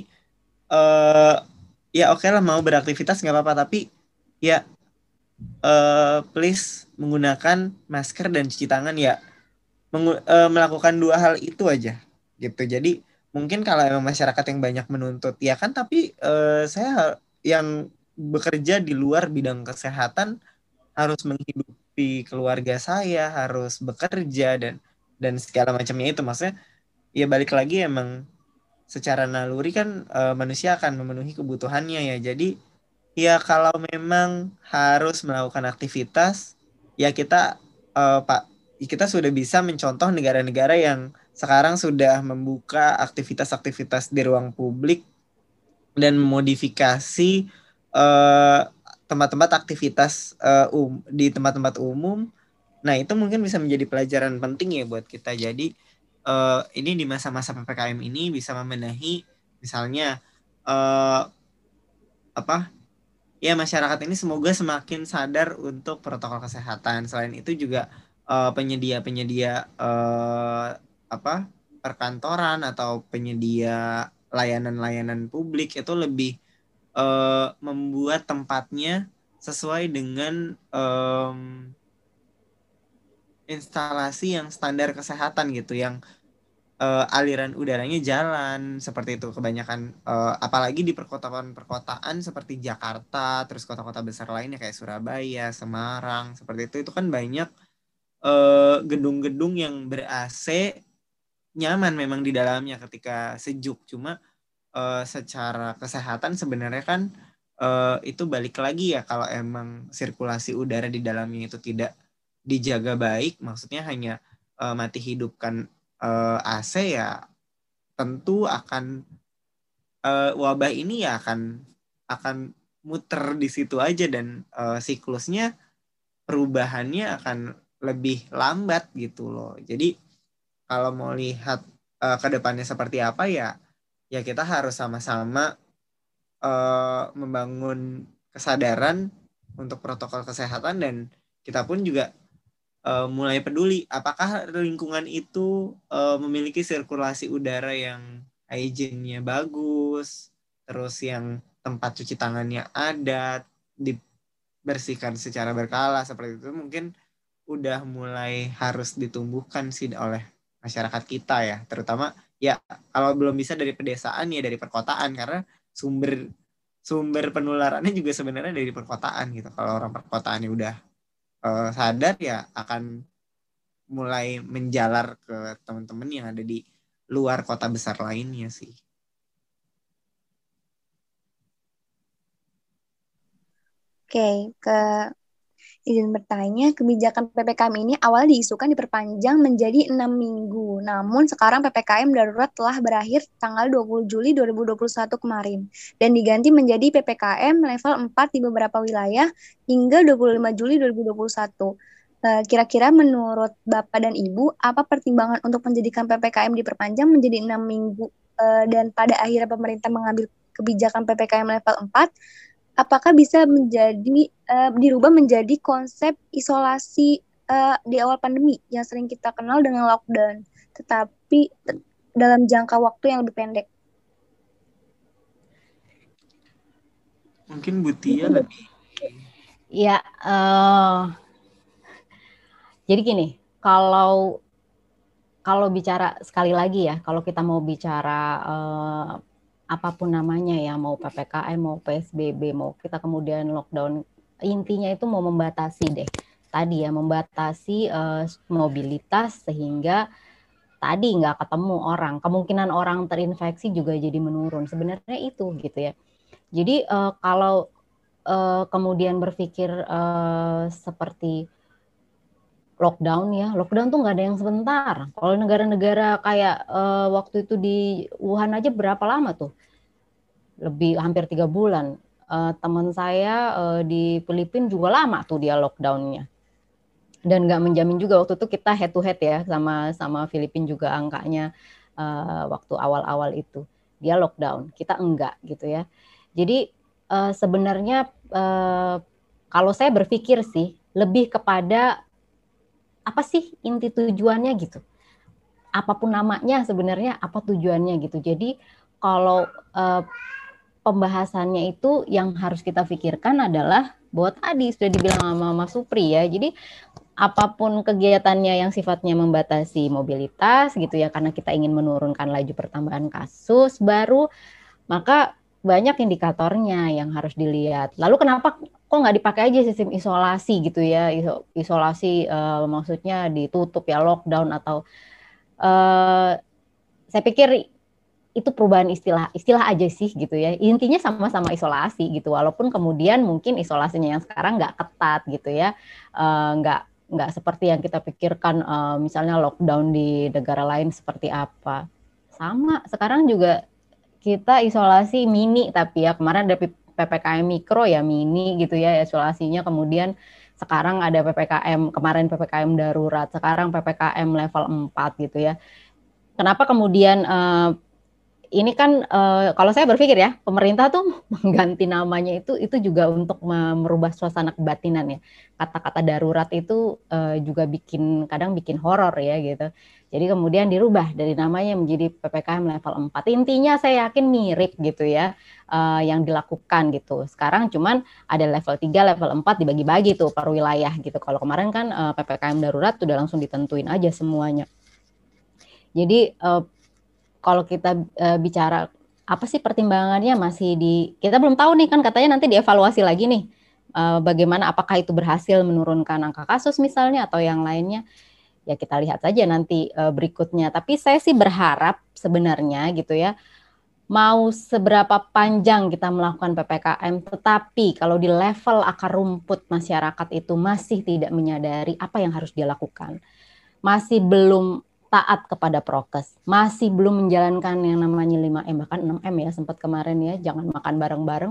ya oke lah, mau beraktivitas nggak apa-apa, tapi ya please menggunakan masker dan cuci tangan ya. Melakukan dua hal itu aja gitu. Jadi mungkin kalau emang masyarakat yang banyak menuntut ya kan, tapi saya yang bekerja di luar bidang kesehatan harus menghidupi keluarga saya, harus bekerja dan segala macamnya itu. Maksudnya ya balik lagi, emang secara naluri kan manusia akan memenuhi kebutuhannya ya. Jadi ya kalau memang harus melakukan aktivitas, ya kita sudah bisa mencontoh negara-negara yang sekarang sudah membuka aktivitas-aktivitas di ruang publik dan memodifikasi eh, tempat-tempat aktivitas di tempat-tempat umum. Nah, itu mungkin bisa menjadi pelajaran penting ya buat kita. Jadi ini di masa-masa PPKM ini bisa membenahi, misalnya apa ya, masyarakat ini semoga semakin sadar untuk protokol kesehatan. Selain itu juga penyedia-penyedia perkantoran atau penyedia layanan-layanan publik itu lebih membuat tempatnya sesuai dengan instalasi yang standar kesehatan gitu, yang aliran udaranya jalan seperti itu. Kebanyakan apalagi di perkotaan-perkotaan seperti Jakarta, terus kota-kota besar lainnya kayak Surabaya, Semarang, seperti itu kan banyak gedung-gedung yang ber-AC, nyaman memang di dalamnya ketika sejuk. Cuma secara kesehatan sebenarnya kan itu balik lagi ya, kalau emang sirkulasi udara di dalamnya itu tidak dijaga baik, maksudnya hanya mati hidupkan AC, ya tentu akan wabah ini ya akan muter di situ aja, dan siklusnya perubahannya akan lebih lambat gitu loh. Jadi kalau mau lihat ke depannya seperti apa ya kita harus sama-sama membangun kesadaran untuk protokol kesehatan, dan kita pun juga mulai peduli apakah lingkungan itu memiliki sirkulasi udara yang hygiene-nya bagus, terus yang tempat cuci tangannya ada, dibersihkan secara berkala, seperti itu mungkin udah mulai harus ditumbuhkan sih oleh masyarakat kita ya, terutama ya kalau belum bisa dari pedesaan ya dari perkotaan, karena sumber penularannya juga sebenarnya dari perkotaan gitu. Kalau orang perkotaannya udah sadar ya akan mulai menjalar ke teman-teman yang ada di luar kota besar lainnya sih. Oke, izin bertanya, kebijakan PPKM ini awalnya diisukan diperpanjang menjadi 6 minggu. Namun sekarang PPKM darurat telah berakhir tanggal 20 Juli 2021 kemarin dan diganti menjadi PPKM level 4 di beberapa wilayah hingga 25 Juli 2021. Kira-kira menurut Bapak dan Ibu, apa pertimbangan untuk menjadikan PPKM diperpanjang menjadi 6 minggu dan pada akhirnya pemerintah mengambil kebijakan PPKM level 4? Apakah bisa dirubah menjadi konsep isolasi di awal pandemi yang sering kita kenal dengan lockdown, tetapi dalam jangka waktu yang lebih pendek? Mungkin Butia lebih. Ya, jadi gini, kalau bicara sekali lagi ya, kalau kita mau bicara apapun namanya ya, mau PPKM, mau PSBB, mau kita kemudian lockdown, intinya itu mau membatasi deh. Tadi ya, membatasi mobilitas sehingga tadi nggak ketemu orang, kemungkinan orang terinfeksi juga jadi menurun. Sebenarnya itu gitu ya. Jadi kalau kemudian berpikir seperti lockdown ya, lockdown tuh nggak ada yang sebentar. Kalau negara-negara kayak waktu itu di Wuhan aja berapa lama tuh? Lebih hampir 3 bulan. Teman saya di Filipina juga lama tuh dia lockdownnya. Dan nggak menjamin juga, waktu itu kita head to head ya sama Filipina juga angkanya waktu awal-awal itu. Dia lockdown, kita enggak gitu ya. Jadi sebenarnya kalau saya berpikir sih lebih kepada apa sih inti tujuannya gitu. Apapun namanya sebenarnya apa tujuannya gitu. Jadi kalau pembahasannya itu yang harus kita pikirkan adalah bahwa tadi sudah dibilang sama Mas Supri ya. Jadi apapun kegiatannya yang sifatnya membatasi mobilitas gitu ya, karena kita ingin menurunkan laju pertambahan kasus baru, maka banyak indikatornya yang harus dilihat. Lalu kenapa kok nggak dipakai aja sistem isolasi gitu ya? Isolasi maksudnya ditutup ya, lockdown atau saya pikir itu perubahan istilah aja sih gitu ya. Intinya sama-sama isolasi gitu. Walaupun kemudian mungkin isolasinya yang sekarang nggak ketat gitu ya, nggak seperti yang kita pikirkan. Misalnya lockdown di negara lain seperti apa. Sama sekarang juga kita isolasi mini, tapi ya kemarin ada PPKM mikro ya mini gitu ya isolasinya, kemudian sekarang ada PPKM, kemarin PPKM darurat, sekarang PPKM level 4 gitu ya. Kenapa kemudian ini kan kalau saya berpikir ya, pemerintah tuh mengganti namanya itu juga untuk merubah suasana kebatinan ya. Kata-kata darurat itu juga kadang bikin horor ya gitu. Jadi kemudian dirubah dari namanya menjadi PPKM level 4. Intinya saya yakin mirip gitu ya yang dilakukan gitu. Sekarang cuman ada level 3, level 4 dibagi-bagi tuh per wilayah gitu. Kalau kemarin kan PPKM darurat udah langsung ditentuin aja semuanya. Jadi kalau kita bicara apa sih pertimbangannya kita belum tahu nih, kan katanya nanti dievaluasi lagi nih bagaimana, apakah itu berhasil menurunkan angka kasus misalnya atau yang lainnya, ya kita lihat saja nanti berikutnya. Tapi saya sih berharap sebenarnya gitu ya, mau seberapa panjang kita melakukan PPKM, tetapi kalau di level akar rumput masyarakat itu masih tidak menyadari apa yang harus dia lakukan, masih belum taat kepada prokes, masih belum menjalankan yang namanya 5M, bahkan 6M ya sempat kemarin ya, jangan makan bareng-bareng.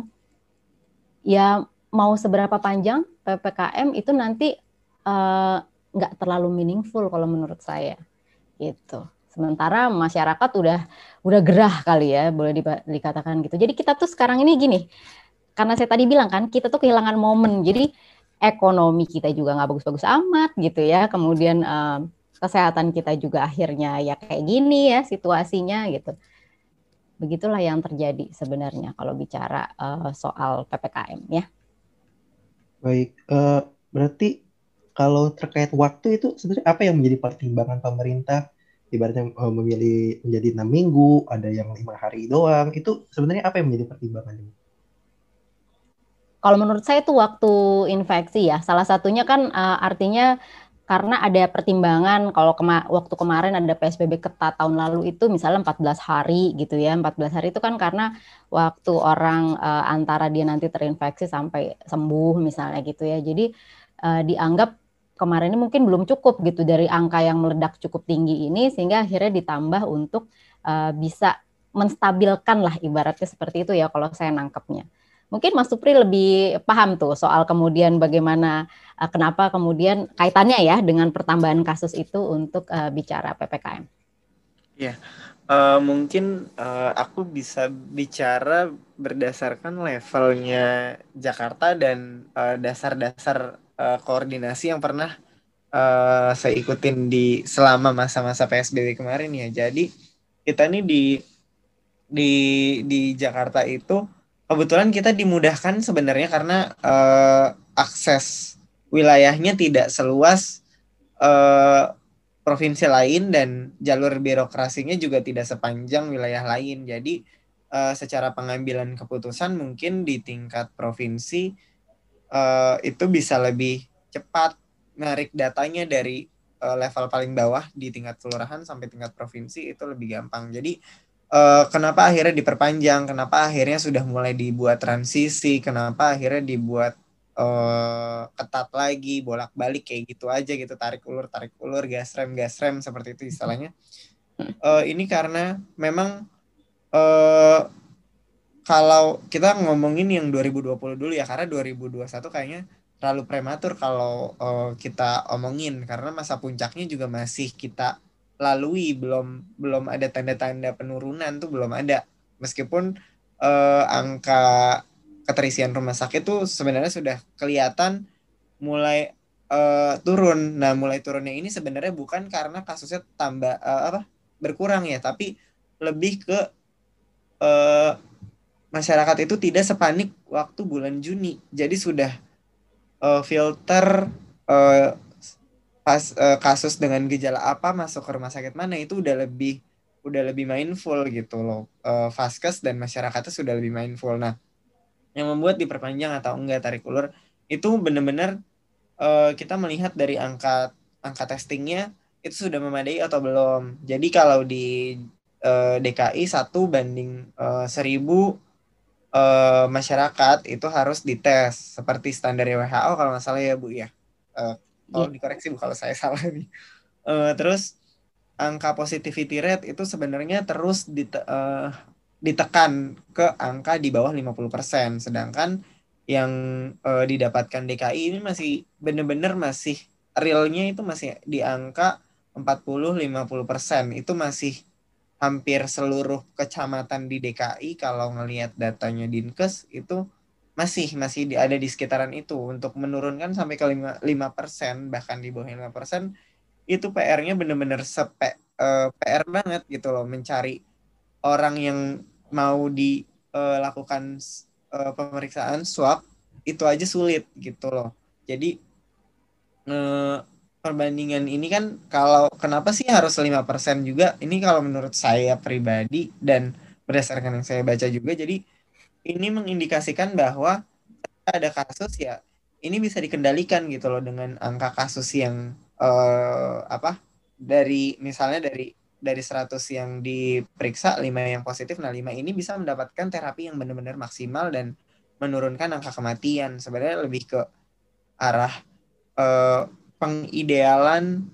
Ya mau seberapa panjang PPKM itu nanti nggak terlalu meaningful kalau menurut saya gitu. Sementara masyarakat udah gerah kali ya, boleh dikatakan gitu. Jadi kita tuh sekarang ini gini, karena saya tadi bilang kan kita tuh kehilangan momen. Jadi ekonomi kita juga nggak bagus-bagus amat gitu ya. Kemudian kesehatan kita juga akhirnya ya kayak gini ya situasinya gitu. Begitulah yang terjadi sebenarnya kalau bicara soal PPKM ya. Baik, berarti kalau terkait waktu itu sebenarnya apa yang menjadi pertimbangan pemerintah? Ibaratnya memilih menjadi 6 minggu, ada yang 5 hari doang. Itu sebenarnya apa yang menjadi pertimbangannya? Kalau menurut saya itu waktu infeksi ya. Salah satunya kan artinya karena ada pertimbangan kalau waktu kemarin ada PSBB ketat tahun lalu itu misalnya 14 hari gitu ya. 14 hari itu kan karena waktu orang antara dia nanti terinfeksi sampai sembuh misalnya gitu ya. Jadi dianggap kemarin ini mungkin belum cukup gitu dari angka yang meledak cukup tinggi ini, sehingga akhirnya ditambah untuk bisa menstabilkan lah ibaratnya seperti itu ya kalau saya nangkepnya. Mungkin Mas Supri lebih paham tuh soal kemudian bagaimana kenapa kemudian kaitannya ya dengan pertambahan kasus itu untuk bicara PPKM. Ya, mungkin aku bisa bicara berdasarkan levelnya Jakarta dan dasar-dasar koordinasi yang pernah saya ikutin selama masa-masa PSBB kemarin ya. Jadi kita nih di Jakarta itu kebetulan kita dimudahkan sebenarnya karena akses wilayahnya tidak seluas provinsi lain dan jalur birokrasinya juga tidak sepanjang wilayah lain. Jadi secara pengambilan keputusan mungkin di tingkat provinsi itu bisa lebih cepat narik datanya dari level paling bawah di tingkat kelurahan sampai tingkat provinsi, itu lebih gampang. Jadi kenapa akhirnya diperpanjang, kenapa akhirnya sudah mulai dibuat transisi, kenapa akhirnya dibuat ketat lagi, bolak-balik kayak gitu aja gitu, tarik ulur, gas rem seperti itu istilahnya. Ini karena memang kalau kita ngomongin yang 2020 dulu ya, karena 2021 kayaknya terlalu prematur kalau kita omongin, karena masa puncaknya juga masih kita lalui, belum ada tanda-tanda penurunan tuh belum ada, meskipun angka keterisian rumah sakit tuh sebenarnya sudah kelihatan mulai turun. Nah, mulai turunnya ini sebenarnya bukan karena kasusnya berkurang ya, tapi lebih ke masyarakat itu tidak sepanik waktu bulan Juni. Jadi sudah filter kasus dengan gejala apa masuk ke rumah sakit mana itu udah lebih mindful gitu loh. Vaskes dan masyarakatnya sudah lebih mindful. Nah, yang membuat diperpanjang atau enggak tarik ulur itu benar-benar kita melihat dari angka testingnya itu sudah memadai atau belum. Jadi kalau di DKI 1 banding 1000 masyarakat itu harus dites seperti standar WHO kalau nggak salah ya Bu ya. Kalau dikoreksi Bu kalau saya salah nih. Terus angka positivity rate itu sebenarnya terus ditekan ke angka di bawah 50%. Sedangkan yang didapatkan DKI ini masih benar-benar masih realnya itu masih di angka 40-50%. Itu masih hampir seluruh kecamatan di DKI kalau ngelihat datanya Dinkes itu masih ada di sekitaran itu. Untuk menurunkan sampai ke 5%, bahkan di bawah 5%, itu PR-nya benar-benar PR banget gitu loh, mencari orang yang mau dilakukan pemeriksaan swab itu aja sulit gitu loh. Jadi perbandingan ini kan kalau kenapa sih harus 5% juga, ini kalau menurut saya pribadi dan berdasarkan yang saya baca juga, jadi ini mengindikasikan bahwa ada kasus ya ini bisa dikendalikan gitu loh dengan angka kasus yang dari misalnya dari 100 yang diperiksa 5 yang positif, nah 5 ini bisa mendapatkan terapi yang benar-benar maksimal dan menurunkan angka kematian. Sebenarnya lebih ke arah pengidealan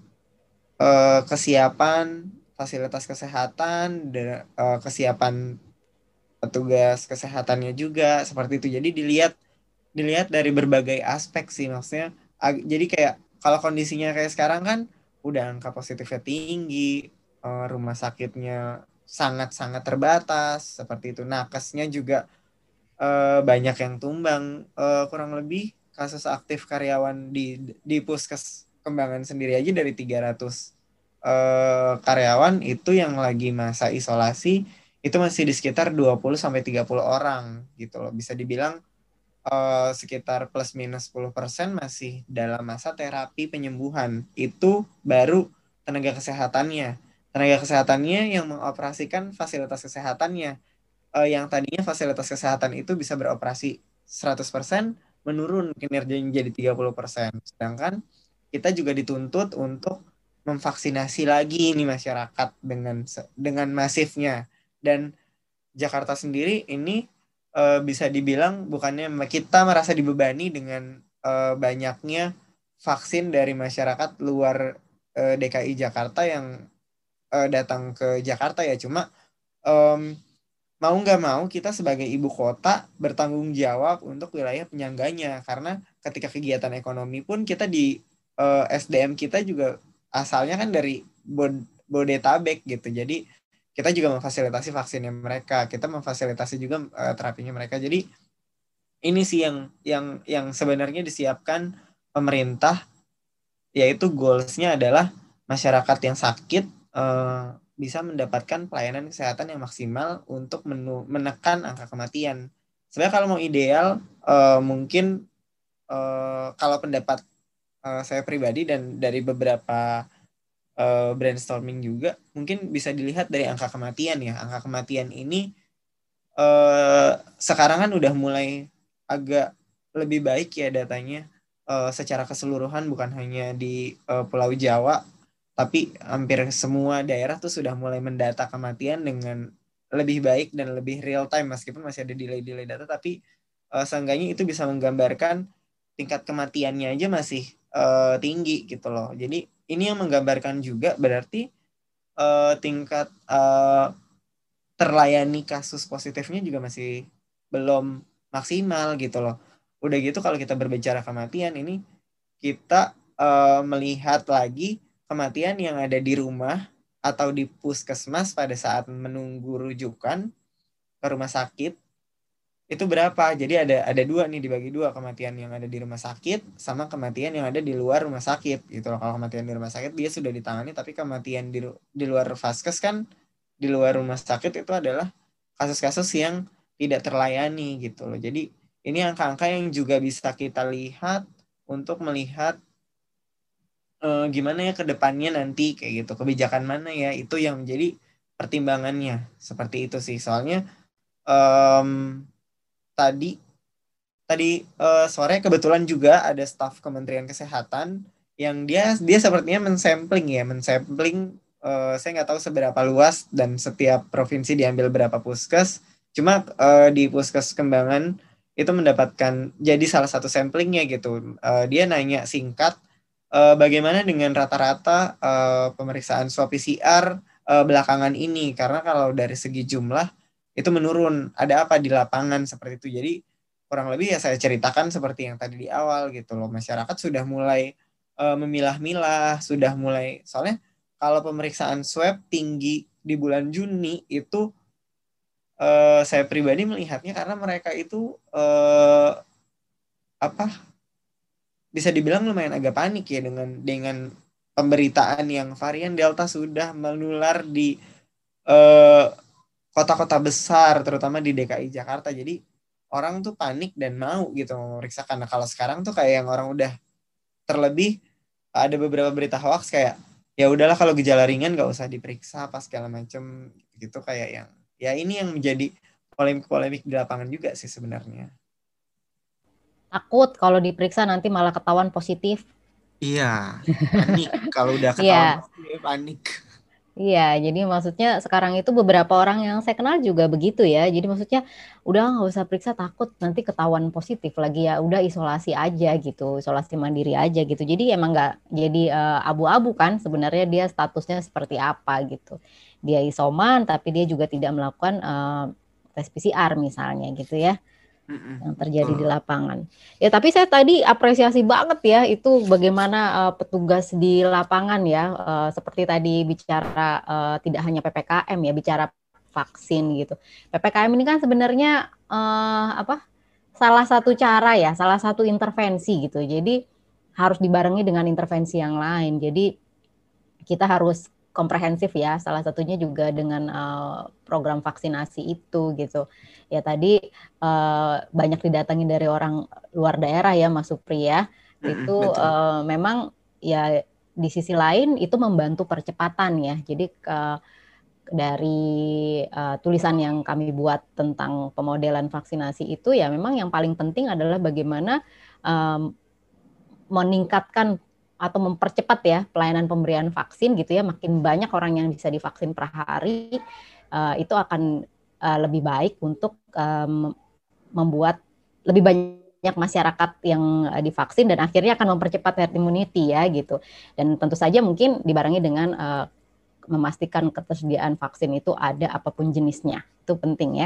kesiapan fasilitas kesehatan, kesiapan petugas kesehatannya juga seperti itu. Jadi dilihat dari berbagai aspek sih, maksudnya. Jadi kayak kalau kondisinya kayak sekarang kan udah angka positifnya tinggi, rumah sakitnya sangat-sangat terbatas seperti itu. Nakesnya juga banyak yang tumbang. Kurang lebih kasus aktif karyawan di Puskes Kembangan sendiri aja dari 300 karyawan itu yang lagi masa isolasi itu masih di sekitar 20-30 orang gitu loh. Bisa dibilang sekitar plus minus 10% masih dalam masa terapi penyembuhan. Itu baru tenaga kesehatannya. Tenaga kesehatannya yang mengoperasikan fasilitas kesehatannya. Yang tadinya fasilitas kesehatan itu bisa beroperasi 100%, menurun kinerjanya jadi 30%. Sedangkan kita juga dituntut untuk memvaksinasi lagi nih masyarakat dengan masifnya. Dan Jakarta sendiri ini bisa dibilang bukannya kita merasa dibebani dengan banyaknya vaksin dari masyarakat luar DKI Jakarta yang datang ke Jakarta ya, cuma mau nggak mau kita sebagai ibu kota bertanggung jawab untuk wilayah penyangganya, karena ketika kegiatan ekonomi pun kita di SDM kita juga asalnya kan dari Bodetabek gitu. Jadi kita juga memfasilitasi vaksinnya mereka, kita memfasilitasi juga terapinya mereka. Jadi ini sih yang sebenarnya disiapkan pemerintah, yaitu goals-nya adalah masyarakat yang sakit bisa mendapatkan pelayanan kesehatan yang maksimal untuk menekan angka kematian. Sebenarnya kalau mau ideal mungkin kalau pendapat saya pribadi dan dari beberapa brainstorming juga, mungkin bisa dilihat dari angka kematian ya. Angka kematian ini sekarang kan udah mulai agak lebih baik ya datanya secara keseluruhan, bukan hanya di Pulau Jawa, tapi hampir semua daerah tuh sudah mulai mendata kematian dengan lebih baik dan lebih real time, meskipun masih ada delay data, tapi seenggaknya itu bisa menggambarkan tingkat kematiannya aja masih tinggi gitu loh. Jadi ini yang menggambarkan juga berarti tingkat terlayani kasus positifnya juga masih belum maksimal gitu loh. Udah gitu kalau kita berbicara kematian ini kita melihat lagi kematian yang ada di rumah atau di puskesmas pada saat menunggu rujukan ke rumah sakit itu berapa. Jadi ada dua nih, dibagi dua, kematian yang ada di rumah sakit sama kematian yang ada di luar rumah sakit gitu loh. Kalau kematian di rumah sakit dia sudah ditangani, tapi kematian di luar vaskes kan, di luar rumah sakit itu adalah kasus-kasus yang tidak terlayani gitu loh. Jadi ini angka-angka yang juga bisa kita lihat untuk melihat gimana ya ke depannya nanti kayak gitu, kebijakan mana ya itu yang menjadi pertimbangannya. Seperti itu sih. Soalnya tadi sore kebetulan juga ada staf Kementerian Kesehatan yang dia sepertinya mensampling saya nggak tahu seberapa luas dan setiap provinsi diambil berapa puskes. Cuma di Puskes Kembangan itu mendapatkan jadi salah satu samplingnya gitu. Dia nanya singkat, bagaimana dengan rata-rata pemeriksaan swab PCR belakangan ini, karena kalau dari segi jumlah itu menurun, ada apa di lapangan seperti itu. Jadi kurang lebih ya saya ceritakan seperti yang tadi di awal gitu loh, masyarakat sudah mulai memilah-milah, sudah mulai, soalnya kalau pemeriksaan swab tinggi di bulan Juni itu saya pribadi melihatnya karena mereka itu bisa dibilang lumayan agak panik ya dengan pemberitaan yang varian Delta sudah menular di kota-kota besar, terutama di DKI Jakarta. Jadi orang tuh panik dan mau gitu memeriksa. Karena kalau sekarang tuh kayak yang orang udah terlebih ada beberapa berita hoax kayak ya udahlah kalau gejala ringan gak usah diperiksa apa segala macem gitu, kayak yang ya ini yang menjadi polemik-polemik di lapangan juga sih sebenarnya. Takut kalau diperiksa nanti malah ketahuan positif. Iya, panik kalau udah Iya. ketahuan positif, panik. Iya, jadi maksudnya sekarang itu beberapa orang yang saya kenal juga begitu ya. Jadi maksudnya udah nggak usah periksa, takut nanti ketahuan positif lagi, ya udah isolasi aja gitu, isolasi mandiri aja gitu. Jadi emang nggak jadi abu-abu kan sebenarnya dia statusnya seperti apa gitu. Dia isoman tapi dia juga tidak melakukan tes PCR misalnya gitu ya, yang terjadi di lapangan. Ya tapi saya tadi apresiasi banget ya itu bagaimana petugas di lapangan ya, seperti tadi bicara tidak hanya PPKM ya, bicara vaksin gitu. PPKM ini kan sebenarnya salah satu cara ya, salah satu intervensi gitu. Jadi harus dibarengi dengan intervensi yang lain. Jadi kita harus komprehensif ya, salah satunya juga dengan program vaksinasi itu gitu. Ya tadi banyak didatangi dari orang luar daerah ya Mas Supri ya, itu memang ya di sisi lain itu membantu percepatan ya. Jadi dari tulisan yang kami buat tentang pemodelan vaksinasi itu ya memang yang paling penting adalah bagaimana meningkatkan atau mempercepat ya pelayanan pemberian vaksin gitu ya, makin banyak orang yang bisa divaksin per hari itu akan lebih baik untuk membuat lebih banyak masyarakat yang divaksin dan akhirnya akan mempercepat herd immunity ya gitu. Dan tentu saja mungkin dibarengi dengan memastikan ketersediaan vaksin itu ada apapun jenisnya, itu penting ya.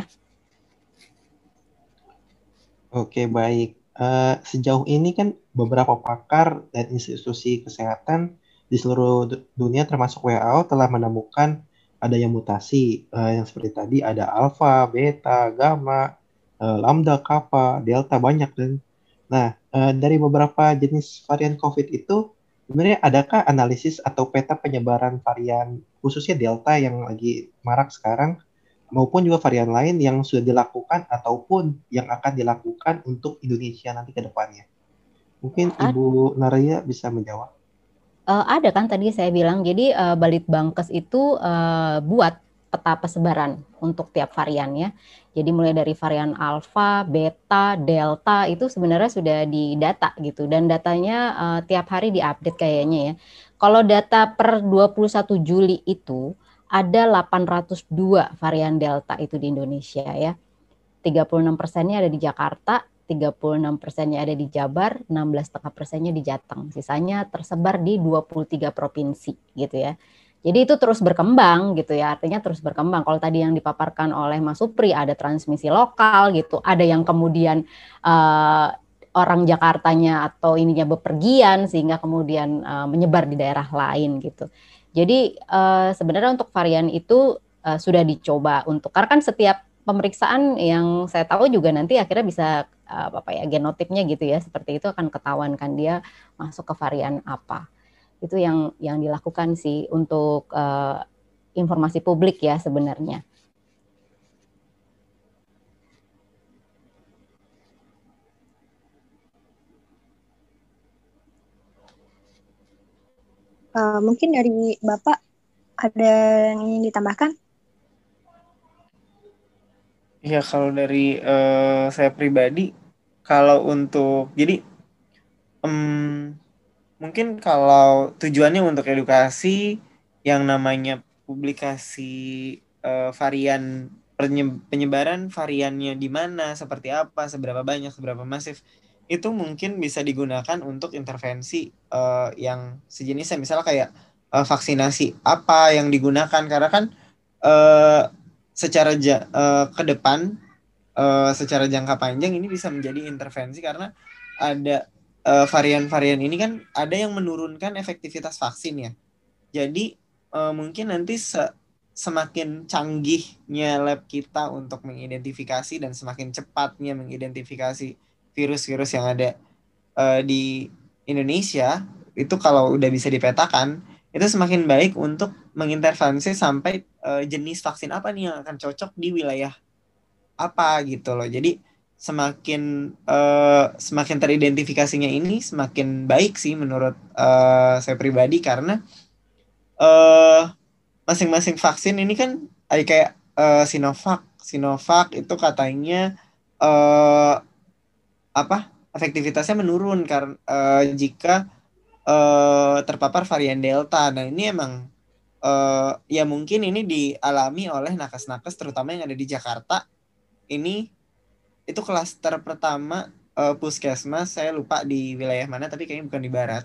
Oke, baik. Sejauh ini kan beberapa pakar dan institusi kesehatan di seluruh dunia termasuk WHO telah menemukan adanya mutasi yang seperti tadi ada alfa, beta, gamma, lambda, kappa, delta, banyak. Nah, dari beberapa jenis varian COVID itu sebenarnya adakah analisis atau peta penyebaran varian khususnya delta yang lagi marak sekarang maupun juga varian lain yang sudah dilakukan ataupun yang akan dilakukan untuk Indonesia nanti ke depannya? Mungkin Ibu Naria bisa menjawab. Ada kan tadi saya bilang, jadi Balitbangkes itu buat peta persebaran untuk tiap varian ya. Jadi mulai dari varian alfa, beta, delta itu sebenarnya sudah didata gitu, dan datanya tiap hari diupdate kayaknya ya. Kalau data per 21 Juli itu ada 802 varian delta itu di Indonesia ya. 36%-nya ada di Jakarta, 36%-nya ada di Jabar, 16,5%-nya di Jateng. Sisanya tersebar di 23 provinsi gitu ya. Jadi itu terus berkembang gitu ya, artinya terus berkembang. Kalau tadi yang dipaparkan oleh Mas Supri ada transmisi lokal gitu, ada yang kemudian orang Jakartanya atau ininya bepergian sehingga kemudian menyebar di daerah lain gitu. Jadi sebenarnya untuk varian itu sudah dicoba untuk, karena kan setiap pemeriksaan yang saya tahu juga nanti akhirnya bisa apa ya, genotipnya gitu ya, seperti itu akan ketahuan kan dia masuk ke varian apa. Itu yang dilakukan sih untuk informasi publik ya sebenarnya. Mungkin dari Bapak ada yang ingin ditambahkan? Ya kalau dari saya pribadi, kalau untuk jadi mungkin kalau tujuannya untuk edukasi, yang namanya publikasi varian penyebaran variannya di mana, seperti apa, seberapa banyak, seberapa masif, itu mungkin bisa digunakan untuk intervensi yang sejenisnya, misalnya kayak vaksinasi apa yang digunakan, karena kan secara ke depan secara jangka panjang ini bisa menjadi intervensi karena ada varian-varian ini kan ada yang menurunkan efektivitas vaksin ya. Jadi mungkin nanti semakin canggihnya lab kita untuk mengidentifikasi dan semakin cepatnya mengidentifikasi virus-virus yang ada di Indonesia, itu kalau udah bisa dipetakan, itu semakin baik untuk mengintervensi sampai jenis vaksin apa nih yang akan cocok di wilayah apa gitu loh. Jadi semakin teridentifikasinya ini semakin baik sih menurut saya pribadi, karena masing-masing vaksin ini kan kayak Sinovac itu katanya efektivitasnya menurun karena jika terpapar varian Delta. Nah ini emang ya mungkin ini dialami oleh nakes-nakes terutama yang ada di Jakarta. Ini itu klaster pertama puskesmas, saya lupa di wilayah mana tapi kayaknya bukan di barat.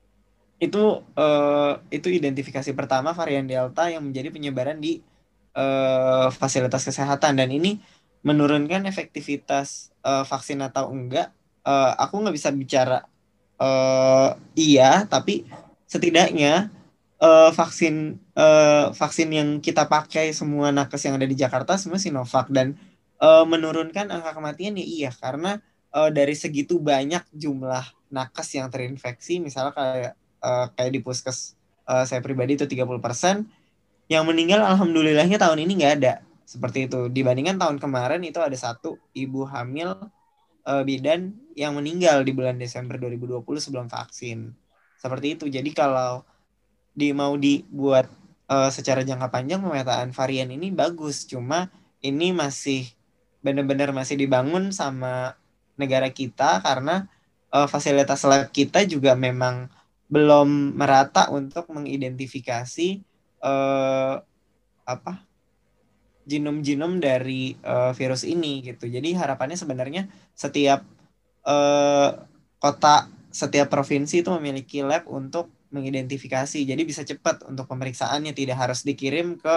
Itu identifikasi pertama varian Delta yang menjadi penyebaran di fasilitas kesehatan, dan ini menurunkan efektivitas vaksin atau enggak. Aku nggak bisa bicara iya, tapi setidaknya vaksin yang kita pakai semua nakes yang ada di Jakarta semua Sinovac, dan menurunkan angka kematian ya iya, karena dari segitu banyak jumlah nakes yang terinfeksi, misalnya kayak di puskes saya pribadi itu 30%, yang meninggal alhamdulillahnya tahun ini nggak ada seperti itu. Dibandingkan tahun kemarin itu ada satu ibu hamil bidan yang meninggal di bulan Desember 2020 sebelum vaksin. Seperti itu. Jadi kalau mau dibuat secara jangka panjang pemetaan varian ini bagus, cuma ini masih benar-benar masih dibangun sama negara kita karena fasilitas lab kita juga memang belum merata untuk mengidentifikasi genom-genom dari virus ini gitu. Jadi harapannya sebenarnya setiap kota, setiap provinsi itu memiliki lab untuk mengidentifikasi. Jadi bisa cepat untuk pemeriksaannya, tidak harus dikirim ke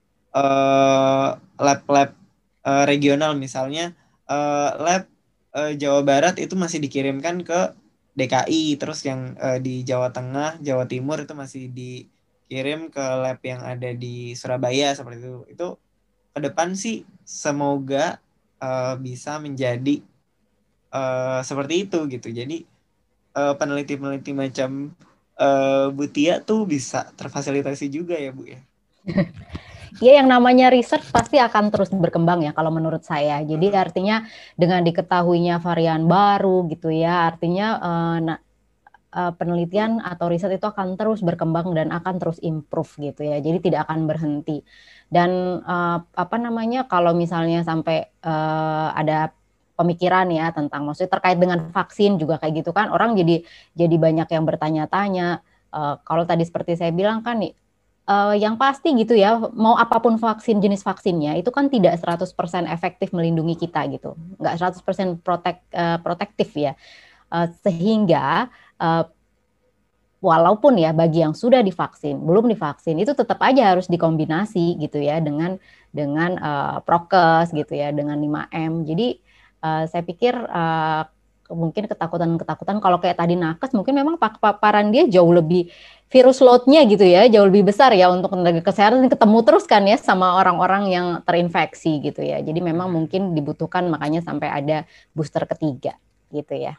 lab-lab regional, misalnya lab Jawa Barat itu masih dikirimkan ke DKI, terus yang di Jawa Tengah, Jawa Timur itu masih dikirim ke lab yang ada di Surabaya seperti itu. Itu ke depan sih semoga bisa menjadi seperti itu gitu. Jadi peneliti-peneliti macam Bu Tia tuh bisa terfasilitasi juga ya Bu ya. Ya, yang namanya riset pasti akan terus berkembang ya kalau menurut saya. Jadi artinya dengan diketahuinya varian baru gitu ya, artinya penelitian atau riset itu akan terus berkembang dan akan terus improve gitu ya. Jadi tidak akan berhenti. Dan kalau misalnya sampai ada pemikiran ya tentang, maksudnya terkait dengan vaksin juga kayak gitu kan, orang jadi banyak yang bertanya-tanya. Kalau tadi seperti saya bilang kan nih, Yang pasti gitu ya, mau apapun jenis vaksinnya, itu kan tidak 100% efektif melindungi kita gitu. Nggak 100% protektif ya. Sehingga walaupun ya bagi yang sudah divaksin, belum divaksin, itu tetap aja harus dikombinasi gitu ya dengan prokes gitu ya, dengan 5M. Jadi saya pikir mungkin ketakutan-ketakutan kalau kayak tadi nakes, mungkin memang paparan dia jauh lebih virus load-nya gitu ya, jauh lebih besar ya untuk tenaga kesehatan, ketemu terus kan ya sama orang-orang yang terinfeksi gitu ya. Jadi memang mungkin dibutuhkan makanya sampai ada booster ketiga gitu ya.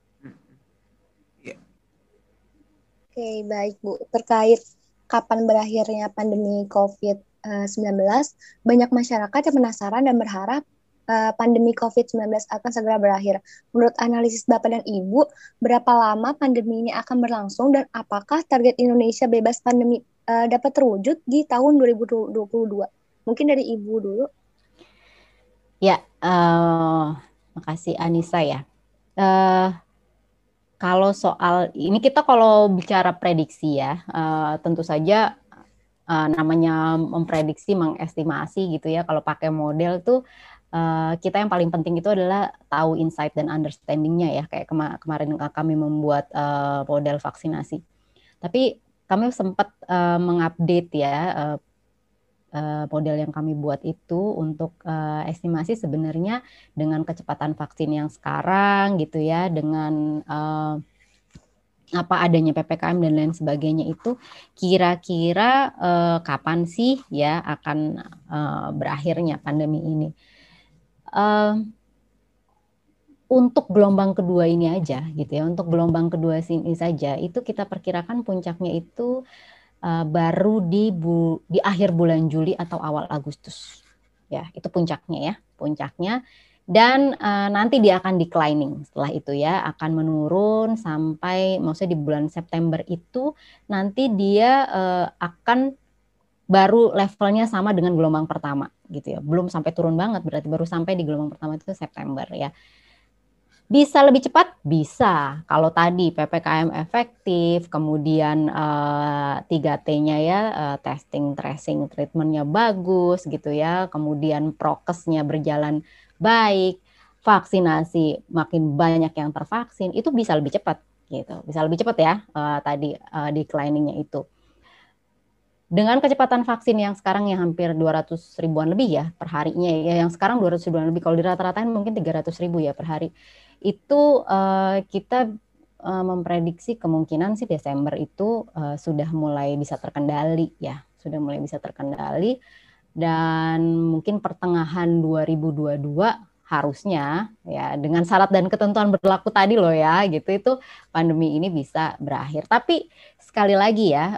Oke, baik Bu. Terkait kapan berakhirnya pandemi COVID-19, banyak masyarakat yang penasaran dan berharap pandemi COVID-19 akan segera berakhir. Menurut analisis Bapak dan Ibu, berapa lama pandemi ini akan berlangsung dan apakah target Indonesia bebas pandemi dapat terwujud di tahun 2022? Mungkin dari Ibu dulu. Ya, makasih Anissa ya. Kalau soal ini kita kalau bicara prediksi ya, tentu saja namanya memprediksi, mengestimasi gitu ya. Kalau pakai model tuh kita yang paling penting itu adalah tahu insight dan understanding-nya ya. Kayak kemarin kami membuat model vaksinasi. Tapi kami sempat mengupdate ya model yang kami buat itu untuk estimasi sebenarnya dengan kecepatan vaksin yang sekarang gitu ya, dengan apa adanya PPKM dan lain sebagainya itu kira-kira kapan sih ya akan berakhirnya pandemi ini. Untuk gelombang kedua ini aja gitu ya, untuk gelombang kedua ini saja itu kita perkirakan puncaknya itu baru di akhir bulan Juli atau awal Agustus. Ya, itu puncaknya ya, dan nanti dia akan declining setelah itu ya, akan menurun sampai maksudnya di bulan September itu nanti dia akan baru levelnya sama dengan gelombang pertama gitu ya. Belum sampai turun banget, berarti baru sampai di gelombang pertama itu September ya. Bisa lebih cepat? Bisa. Kalau tadi PPKM efektif, kemudian 3T-nya ya, testing, tracing, treatment-nya bagus gitu ya, kemudian prokesnya berjalan baik, vaksinasi makin banyak yang tervaksin, itu bisa lebih cepat gitu. Bisa lebih cepat ya tadi declining-nya itu. Dengan kecepatan vaksin yang sekarang yang hampir 200 ribuan lebih ya per harinya, ya yang sekarang 200 ribuan lebih, kalau dirata-ratain mungkin 300 ribu ya per hari, itu kita memprediksi kemungkinan sih Desember itu sudah mulai bisa terkendali ya, sudah mulai bisa terkendali, dan mungkin pertengahan 2022 harusnya ya dengan syarat dan ketentuan berlaku tadi loh ya gitu, itu pandemi ini bisa berakhir. Tapi sekali lagi ya,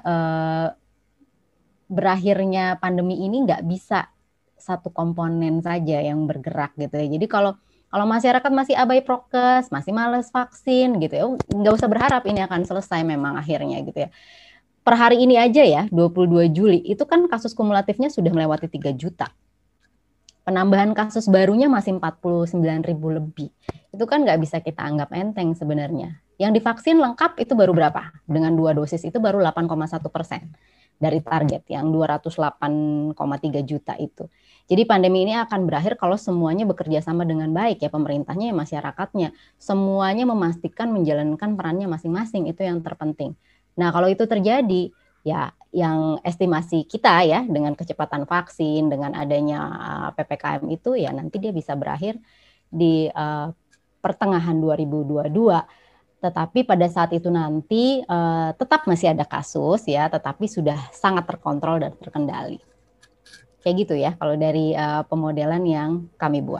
berakhirnya pandemi ini nggak bisa satu komponen saja yang bergerak gitu ya. Jadi kalau masyarakat masih abai prokes, masih males vaksin gitu ya, nggak usah berharap ini akan selesai memang akhirnya gitu ya. Per hari ini aja ya, 22 Juli, itu kan kasus kumulatifnya sudah melewati 3 juta. Penambahan kasus barunya masih 49 ribu lebih. Itu kan nggak bisa kita anggap enteng sebenarnya. Yang divaksin lengkap itu baru berapa? Dengan 2 dosis itu baru 8,1% dari target yang 208,3 juta itu. Jadi pandemi ini akan berakhir kalau semuanya bekerja sama dengan baik ya, pemerintahnya ya masyarakatnya. Semuanya memastikan menjalankan perannya masing-masing, itu yang terpenting. Nah, kalau itu terjadi, ya yang estimasi kita ya dengan kecepatan vaksin, dengan adanya PPKM itu ya nanti dia bisa berakhir di pertengahan 2022. Tetapi pada saat itu nanti tetap masih ada kasus ya, tetapi sudah sangat terkontrol dan terkendali. Kayak gitu ya kalau dari pemodelan yang kami buat.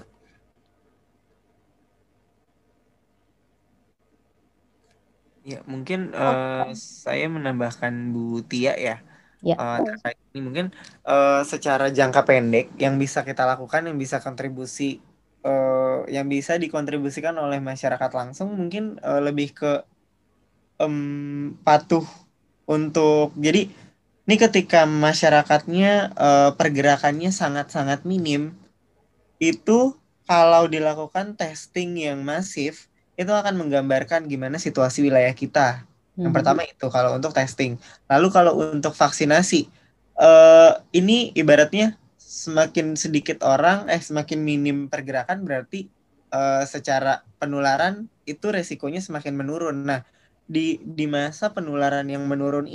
Ya, mungkin saya menambahkan Bu Tia ya. Terkait ini mungkin secara jangka pendek yang bisa kita lakukan, yang bisa kontribusi, yang bisa dikontribusikan oleh masyarakat langsung, mungkin lebih ke patuh untuk, jadi ini ketika masyarakatnya pergerakannya sangat-sangat minim, itu kalau dilakukan testing yang masif, itu akan menggambarkan gimana situasi wilayah kita. Yang pertama itu kalau untuk testing. Lalu kalau untuk vaksinasi, ini ibaratnya semakin sedikit orang, semakin minim pergerakan berarti secara penularan itu resikonya semakin menurun. Nah, di masa penularan yang menurun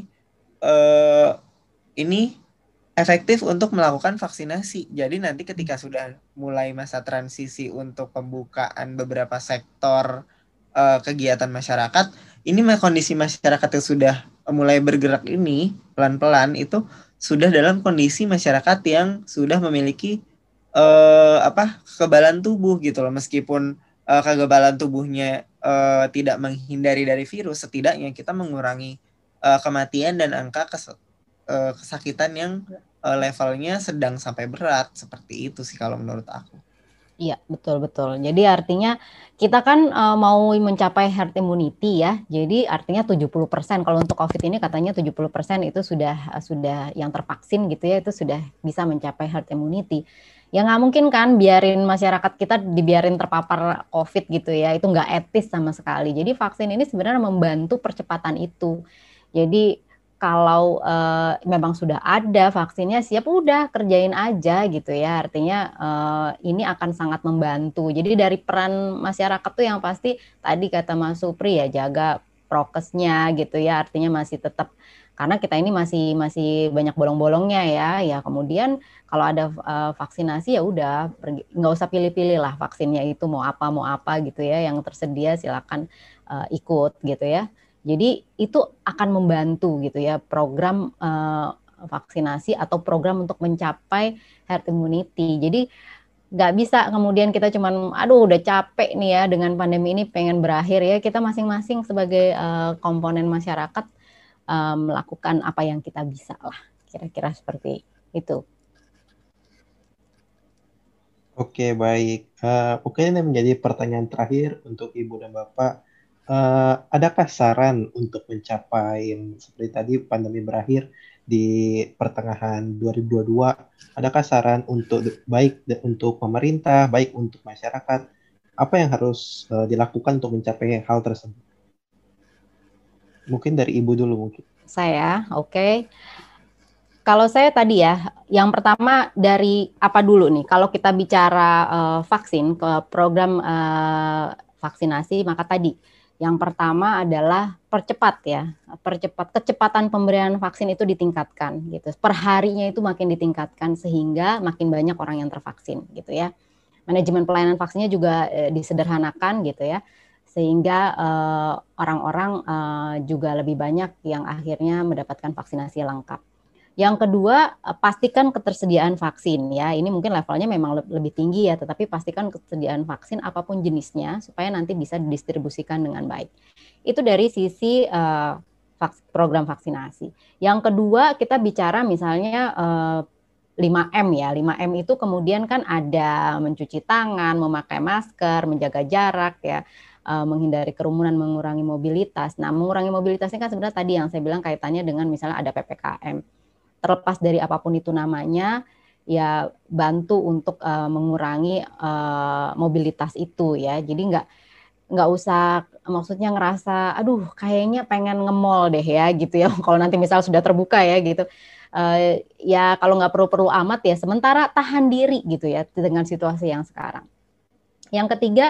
ini efektif untuk melakukan vaksinasi. Jadi nanti ketika sudah mulai masa transisi untuk pembukaan beberapa sektor kegiatan masyarakat, ini kondisi masyarakat yang sudah mulai bergerak ini pelan-pelan itu sudah dalam kondisi masyarakat yang sudah memiliki kekebalan tubuh gitu loh. Meskipun kekebalan tubuhnya tidak menghindari dari virus, setidaknya kita mengurangi kematian dan angka kesakitan yang levelnya sedang sampai berat. Seperti itu sih kalau menurut aku. Iya, betul-betul. Jadi artinya kita kan mau mencapai herd immunity ya. Jadi artinya 70% kalau untuk COVID ini katanya 70% itu sudah yang tervaksin gitu ya, itu sudah bisa mencapai herd immunity. Ya nggak mungkin kan biarin masyarakat kita dibiarin terpapar COVID gitu ya, itu nggak etis sama sekali. Jadi vaksin ini sebenarnya membantu percepatan itu. Jadi kalau memang sudah ada vaksinnya siap, udah kerjain aja gitu ya. Artinya ini akan sangat membantu. Jadi dari peran masyarakat tuh yang pasti tadi kata Mas Supri ya, jaga prokesnya gitu ya. Artinya masih tetap, karena kita ini masih banyak bolong-bolongnya ya. Ya kemudian kalau ada vaksinasi ya udah, nggak usah pilih-pilih lah vaksinnya itu mau apa gitu ya. Yang tersedia silakan ikut gitu ya. Jadi itu akan membantu gitu ya program vaksinasi atau program untuk mencapai herd immunity. Jadi nggak bisa kemudian kita cuman aduh udah capek nih ya dengan pandemi ini pengen berakhir ya. Kita masing-masing sebagai komponen masyarakat melakukan apa yang kita bisa lah. Kira-kira seperti itu. Oke, baik. Mungkin ini menjadi pertanyaan terakhir untuk Ibu dan Bapak. Adakah saran untuk mencapai yang seperti tadi pandemi berakhir di pertengahan 2022? Adakah saran untuk baik untuk pemerintah, baik untuk masyarakat, apa yang harus dilakukan untuk mencapai hal tersebut? Mungkin dari Ibu dulu mungkin. Saya, oke. Kalau saya tadi ya, yang pertama dari apa dulu nih? Kalau kita bicara vaksin, ke program vaksinasi, maka tadi yang pertama adalah kecepatan pemberian vaksin itu ditingkatkan gitu. Per harinya itu makin ditingkatkan sehingga makin banyak orang yang tervaksin gitu ya. Manajemen pelayanan vaksinnya juga disederhanakan gitu ya. Sehingga orang-orang juga lebih banyak yang akhirnya mendapatkan vaksinasi lengkap. Yang kedua, pastikan ketersediaan vaksin ya. Ini mungkin levelnya memang lebih tinggi ya, tetapi pastikan ketersediaan vaksin apapun jenisnya supaya nanti bisa didistribusikan dengan baik. Itu dari sisi program vaksinasi. Yang kedua, kita bicara misalnya 5M ya. 5M itu kemudian kan ada mencuci tangan, memakai masker, menjaga jarak ya, menghindari kerumunan, mengurangi mobilitas. Nah, mengurangi mobilitas ini kan sebenarnya tadi yang saya bilang kaitannya dengan misalnya ada PPKM. Terlepas dari apapun itu namanya, ya bantu untuk mengurangi mobilitas itu ya. Jadi nggak usah maksudnya ngerasa, aduh kayaknya pengen nge-mall deh ya gitu ya. Kalau nanti misal sudah terbuka ya gitu. Ya kalau nggak perlu-perlu amat ya, sementara tahan diri gitu ya dengan situasi yang sekarang. Yang ketiga,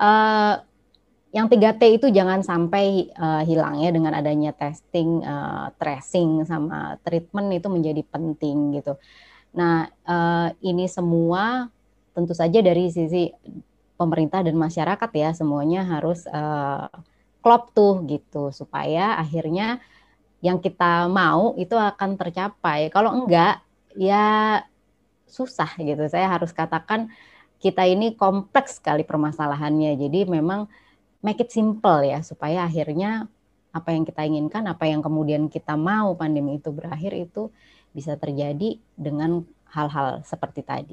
yang 3T itu jangan sampai hilang ya dengan adanya testing, tracing, sama treatment itu menjadi penting gitu. Nah, ini semua tentu saja dari sisi pemerintah dan masyarakat ya, semuanya harus klop tuh gitu, supaya akhirnya yang kita mau itu akan tercapai. Kalau enggak, ya susah gitu. Saya harus katakan kita ini kompleks sekali permasalahannya. Jadi memang make it simple ya, supaya akhirnya apa yang kita inginkan, apa yang kemudian kita mau pandemi itu berakhir itu bisa terjadi dengan hal-hal seperti tadi.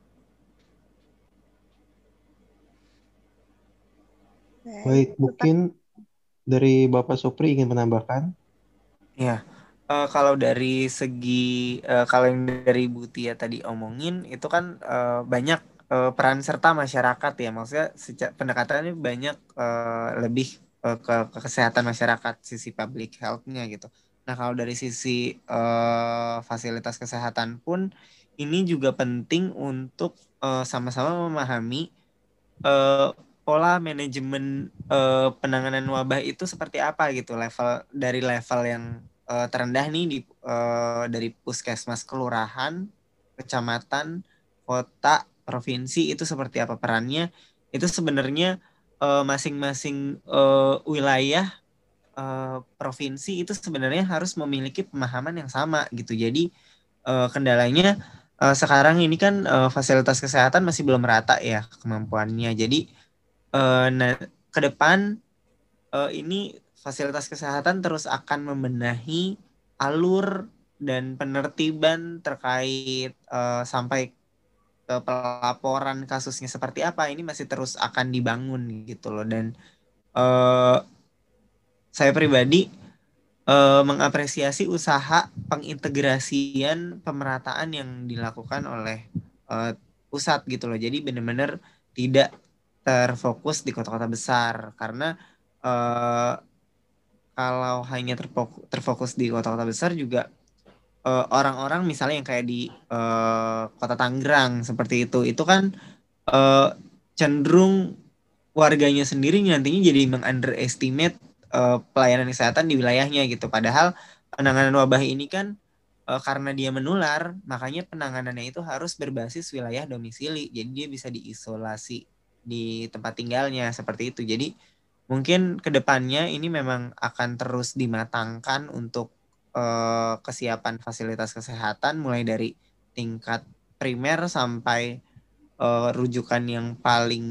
Baik, mungkin dari Bapak Supri ingin menambahkan? Ya, kalau dari segi kalau yang dari Bu Tia tadi omongin itu kan banyak peran serta masyarakat ya, maksudnya pendekatannya banyak lebih ke kesehatan masyarakat, sisi public health-nya gitu. Nah, kalau dari sisi fasilitas kesehatan pun ini juga penting untuk sama-sama memahami pola manajemen penanganan wabah itu seperti apa gitu, dari level yang terendah nih dari puskesmas kelurahan, kecamatan, kota, provinsi itu seperti apa perannya. Itu sebenarnya masing-masing wilayah provinsi itu sebenarnya harus memiliki pemahaman yang sama gitu. Jadi kendalanya sekarang ini kan fasilitas kesehatan masih belum merata ya kemampuannya. Jadi ke depan ini fasilitas kesehatan terus akan membenahi alur dan penertiban terkait sampai ke pelaporan kasusnya seperti apa, ini masih terus akan dibangun gitu loh. Dan saya pribadi mengapresiasi usaha pengintegrasian pemerataan yang dilakukan oleh pusat gitu loh. Jadi benar-benar tidak terfokus di kota-kota besar, karena kalau hanya terfokus di kota-kota besar juga orang-orang misalnya yang kayak di kota Tangerang seperti itu kan cenderung warganya sendiri nantinya jadi meng-underestimate pelayanan kesehatan di wilayahnya gitu. Padahal penanganan wabah ini kan karena dia menular, makanya penanganannya itu harus berbasis wilayah domisili. Jadi dia bisa diisolasi di tempat tinggalnya seperti itu. Jadi mungkin kedepannya ini memang akan terus dimatangkan untuk kesiapan fasilitas kesehatan mulai dari tingkat primer sampai rujukan yang paling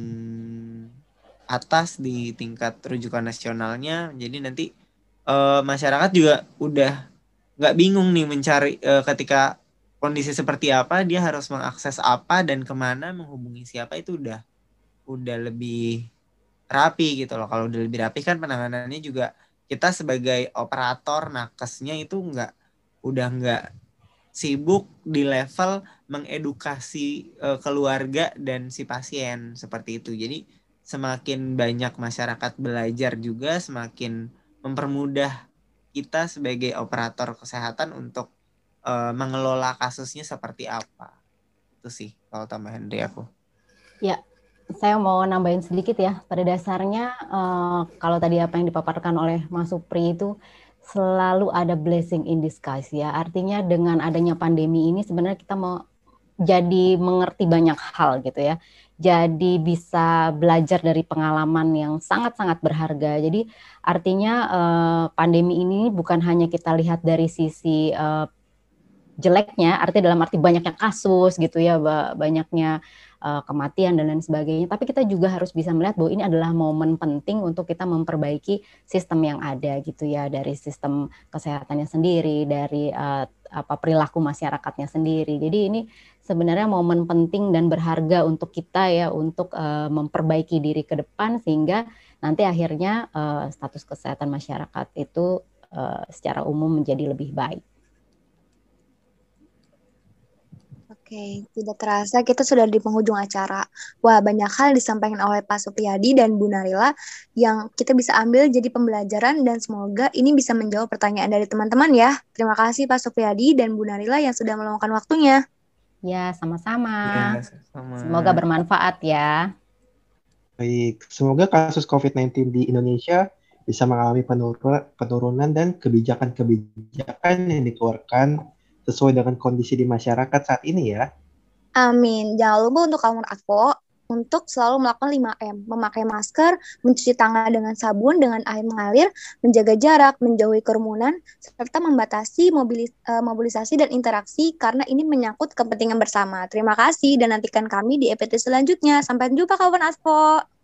atas di tingkat rujukan nasionalnya. Jadi nanti masyarakat juga udah nggak bingung nih mencari ketika kondisi seperti apa, dia harus mengakses apa dan kemana, menghubungi siapa, itu udah lebih rapi gitu loh. Kalau udah lebih rapi kan penanganannya juga, kita sebagai operator nakesnya itu udah nggak sibuk di level mengedukasi keluarga dan si pasien seperti itu. Jadi semakin banyak masyarakat belajar juga, semakin mempermudah kita sebagai operator kesehatan untuk mengelola kasusnya seperti apa. Itu sih kalau tambahan dari aku. Ya, saya mau nambahin sedikit ya. Pada dasarnya kalau tadi apa yang dipaparkan oleh Mas Supri itu selalu ada blessing in disguise ya. Artinya dengan adanya pandemi ini sebenarnya kita mau jadi mengerti banyak hal gitu ya. Jadi bisa belajar dari pengalaman yang sangat-sangat berharga. Jadi artinya pandemi ini bukan hanya kita lihat dari sisi jeleknya, artinya dalam arti banyaknya kasus gitu ya, banyaknya kematian dan lain sebagainya. Tapi kita juga harus bisa melihat bahwa ini adalah momen penting untuk kita memperbaiki sistem yang ada gitu ya, dari sistem kesehatannya sendiri, dari perilaku masyarakatnya sendiri. Jadi ini sebenarnya momen penting dan berharga untuk kita ya, untuk memperbaiki diri ke depan sehingga nanti akhirnya status kesehatan masyarakat itu secara umum menjadi lebih baik. Oke, tidak terasa kita sudah di penghujung acara. Wah, banyak hal disampaikan oleh Pak Supriyadi dan Bu Narila yang kita bisa ambil jadi pembelajaran dan semoga ini bisa menjawab pertanyaan dari teman-teman ya. Terima kasih Pak Supriyadi dan Bu Narila yang sudah meluangkan waktunya. Ya, sama-sama. Ya, sama. Semoga bermanfaat ya. Baik, semoga kasus COVID-19 di Indonesia bisa mengalami penurunan dan kebijakan-kebijakan yang dikeluarkan sesuai dengan kondisi di masyarakat saat ini ya. Amin. Jangan lupa untuk kamu Advo untuk selalu melakukan 5M, memakai masker, mencuci tangan dengan sabun dengan air mengalir, menjaga jarak, menjauhi kerumunan, serta membatasi mobilisasi dan interaksi karena ini menyangkut kepentingan bersama. Terima kasih dan nantikan kami di episode selanjutnya. Sampai jumpa kawan Advo.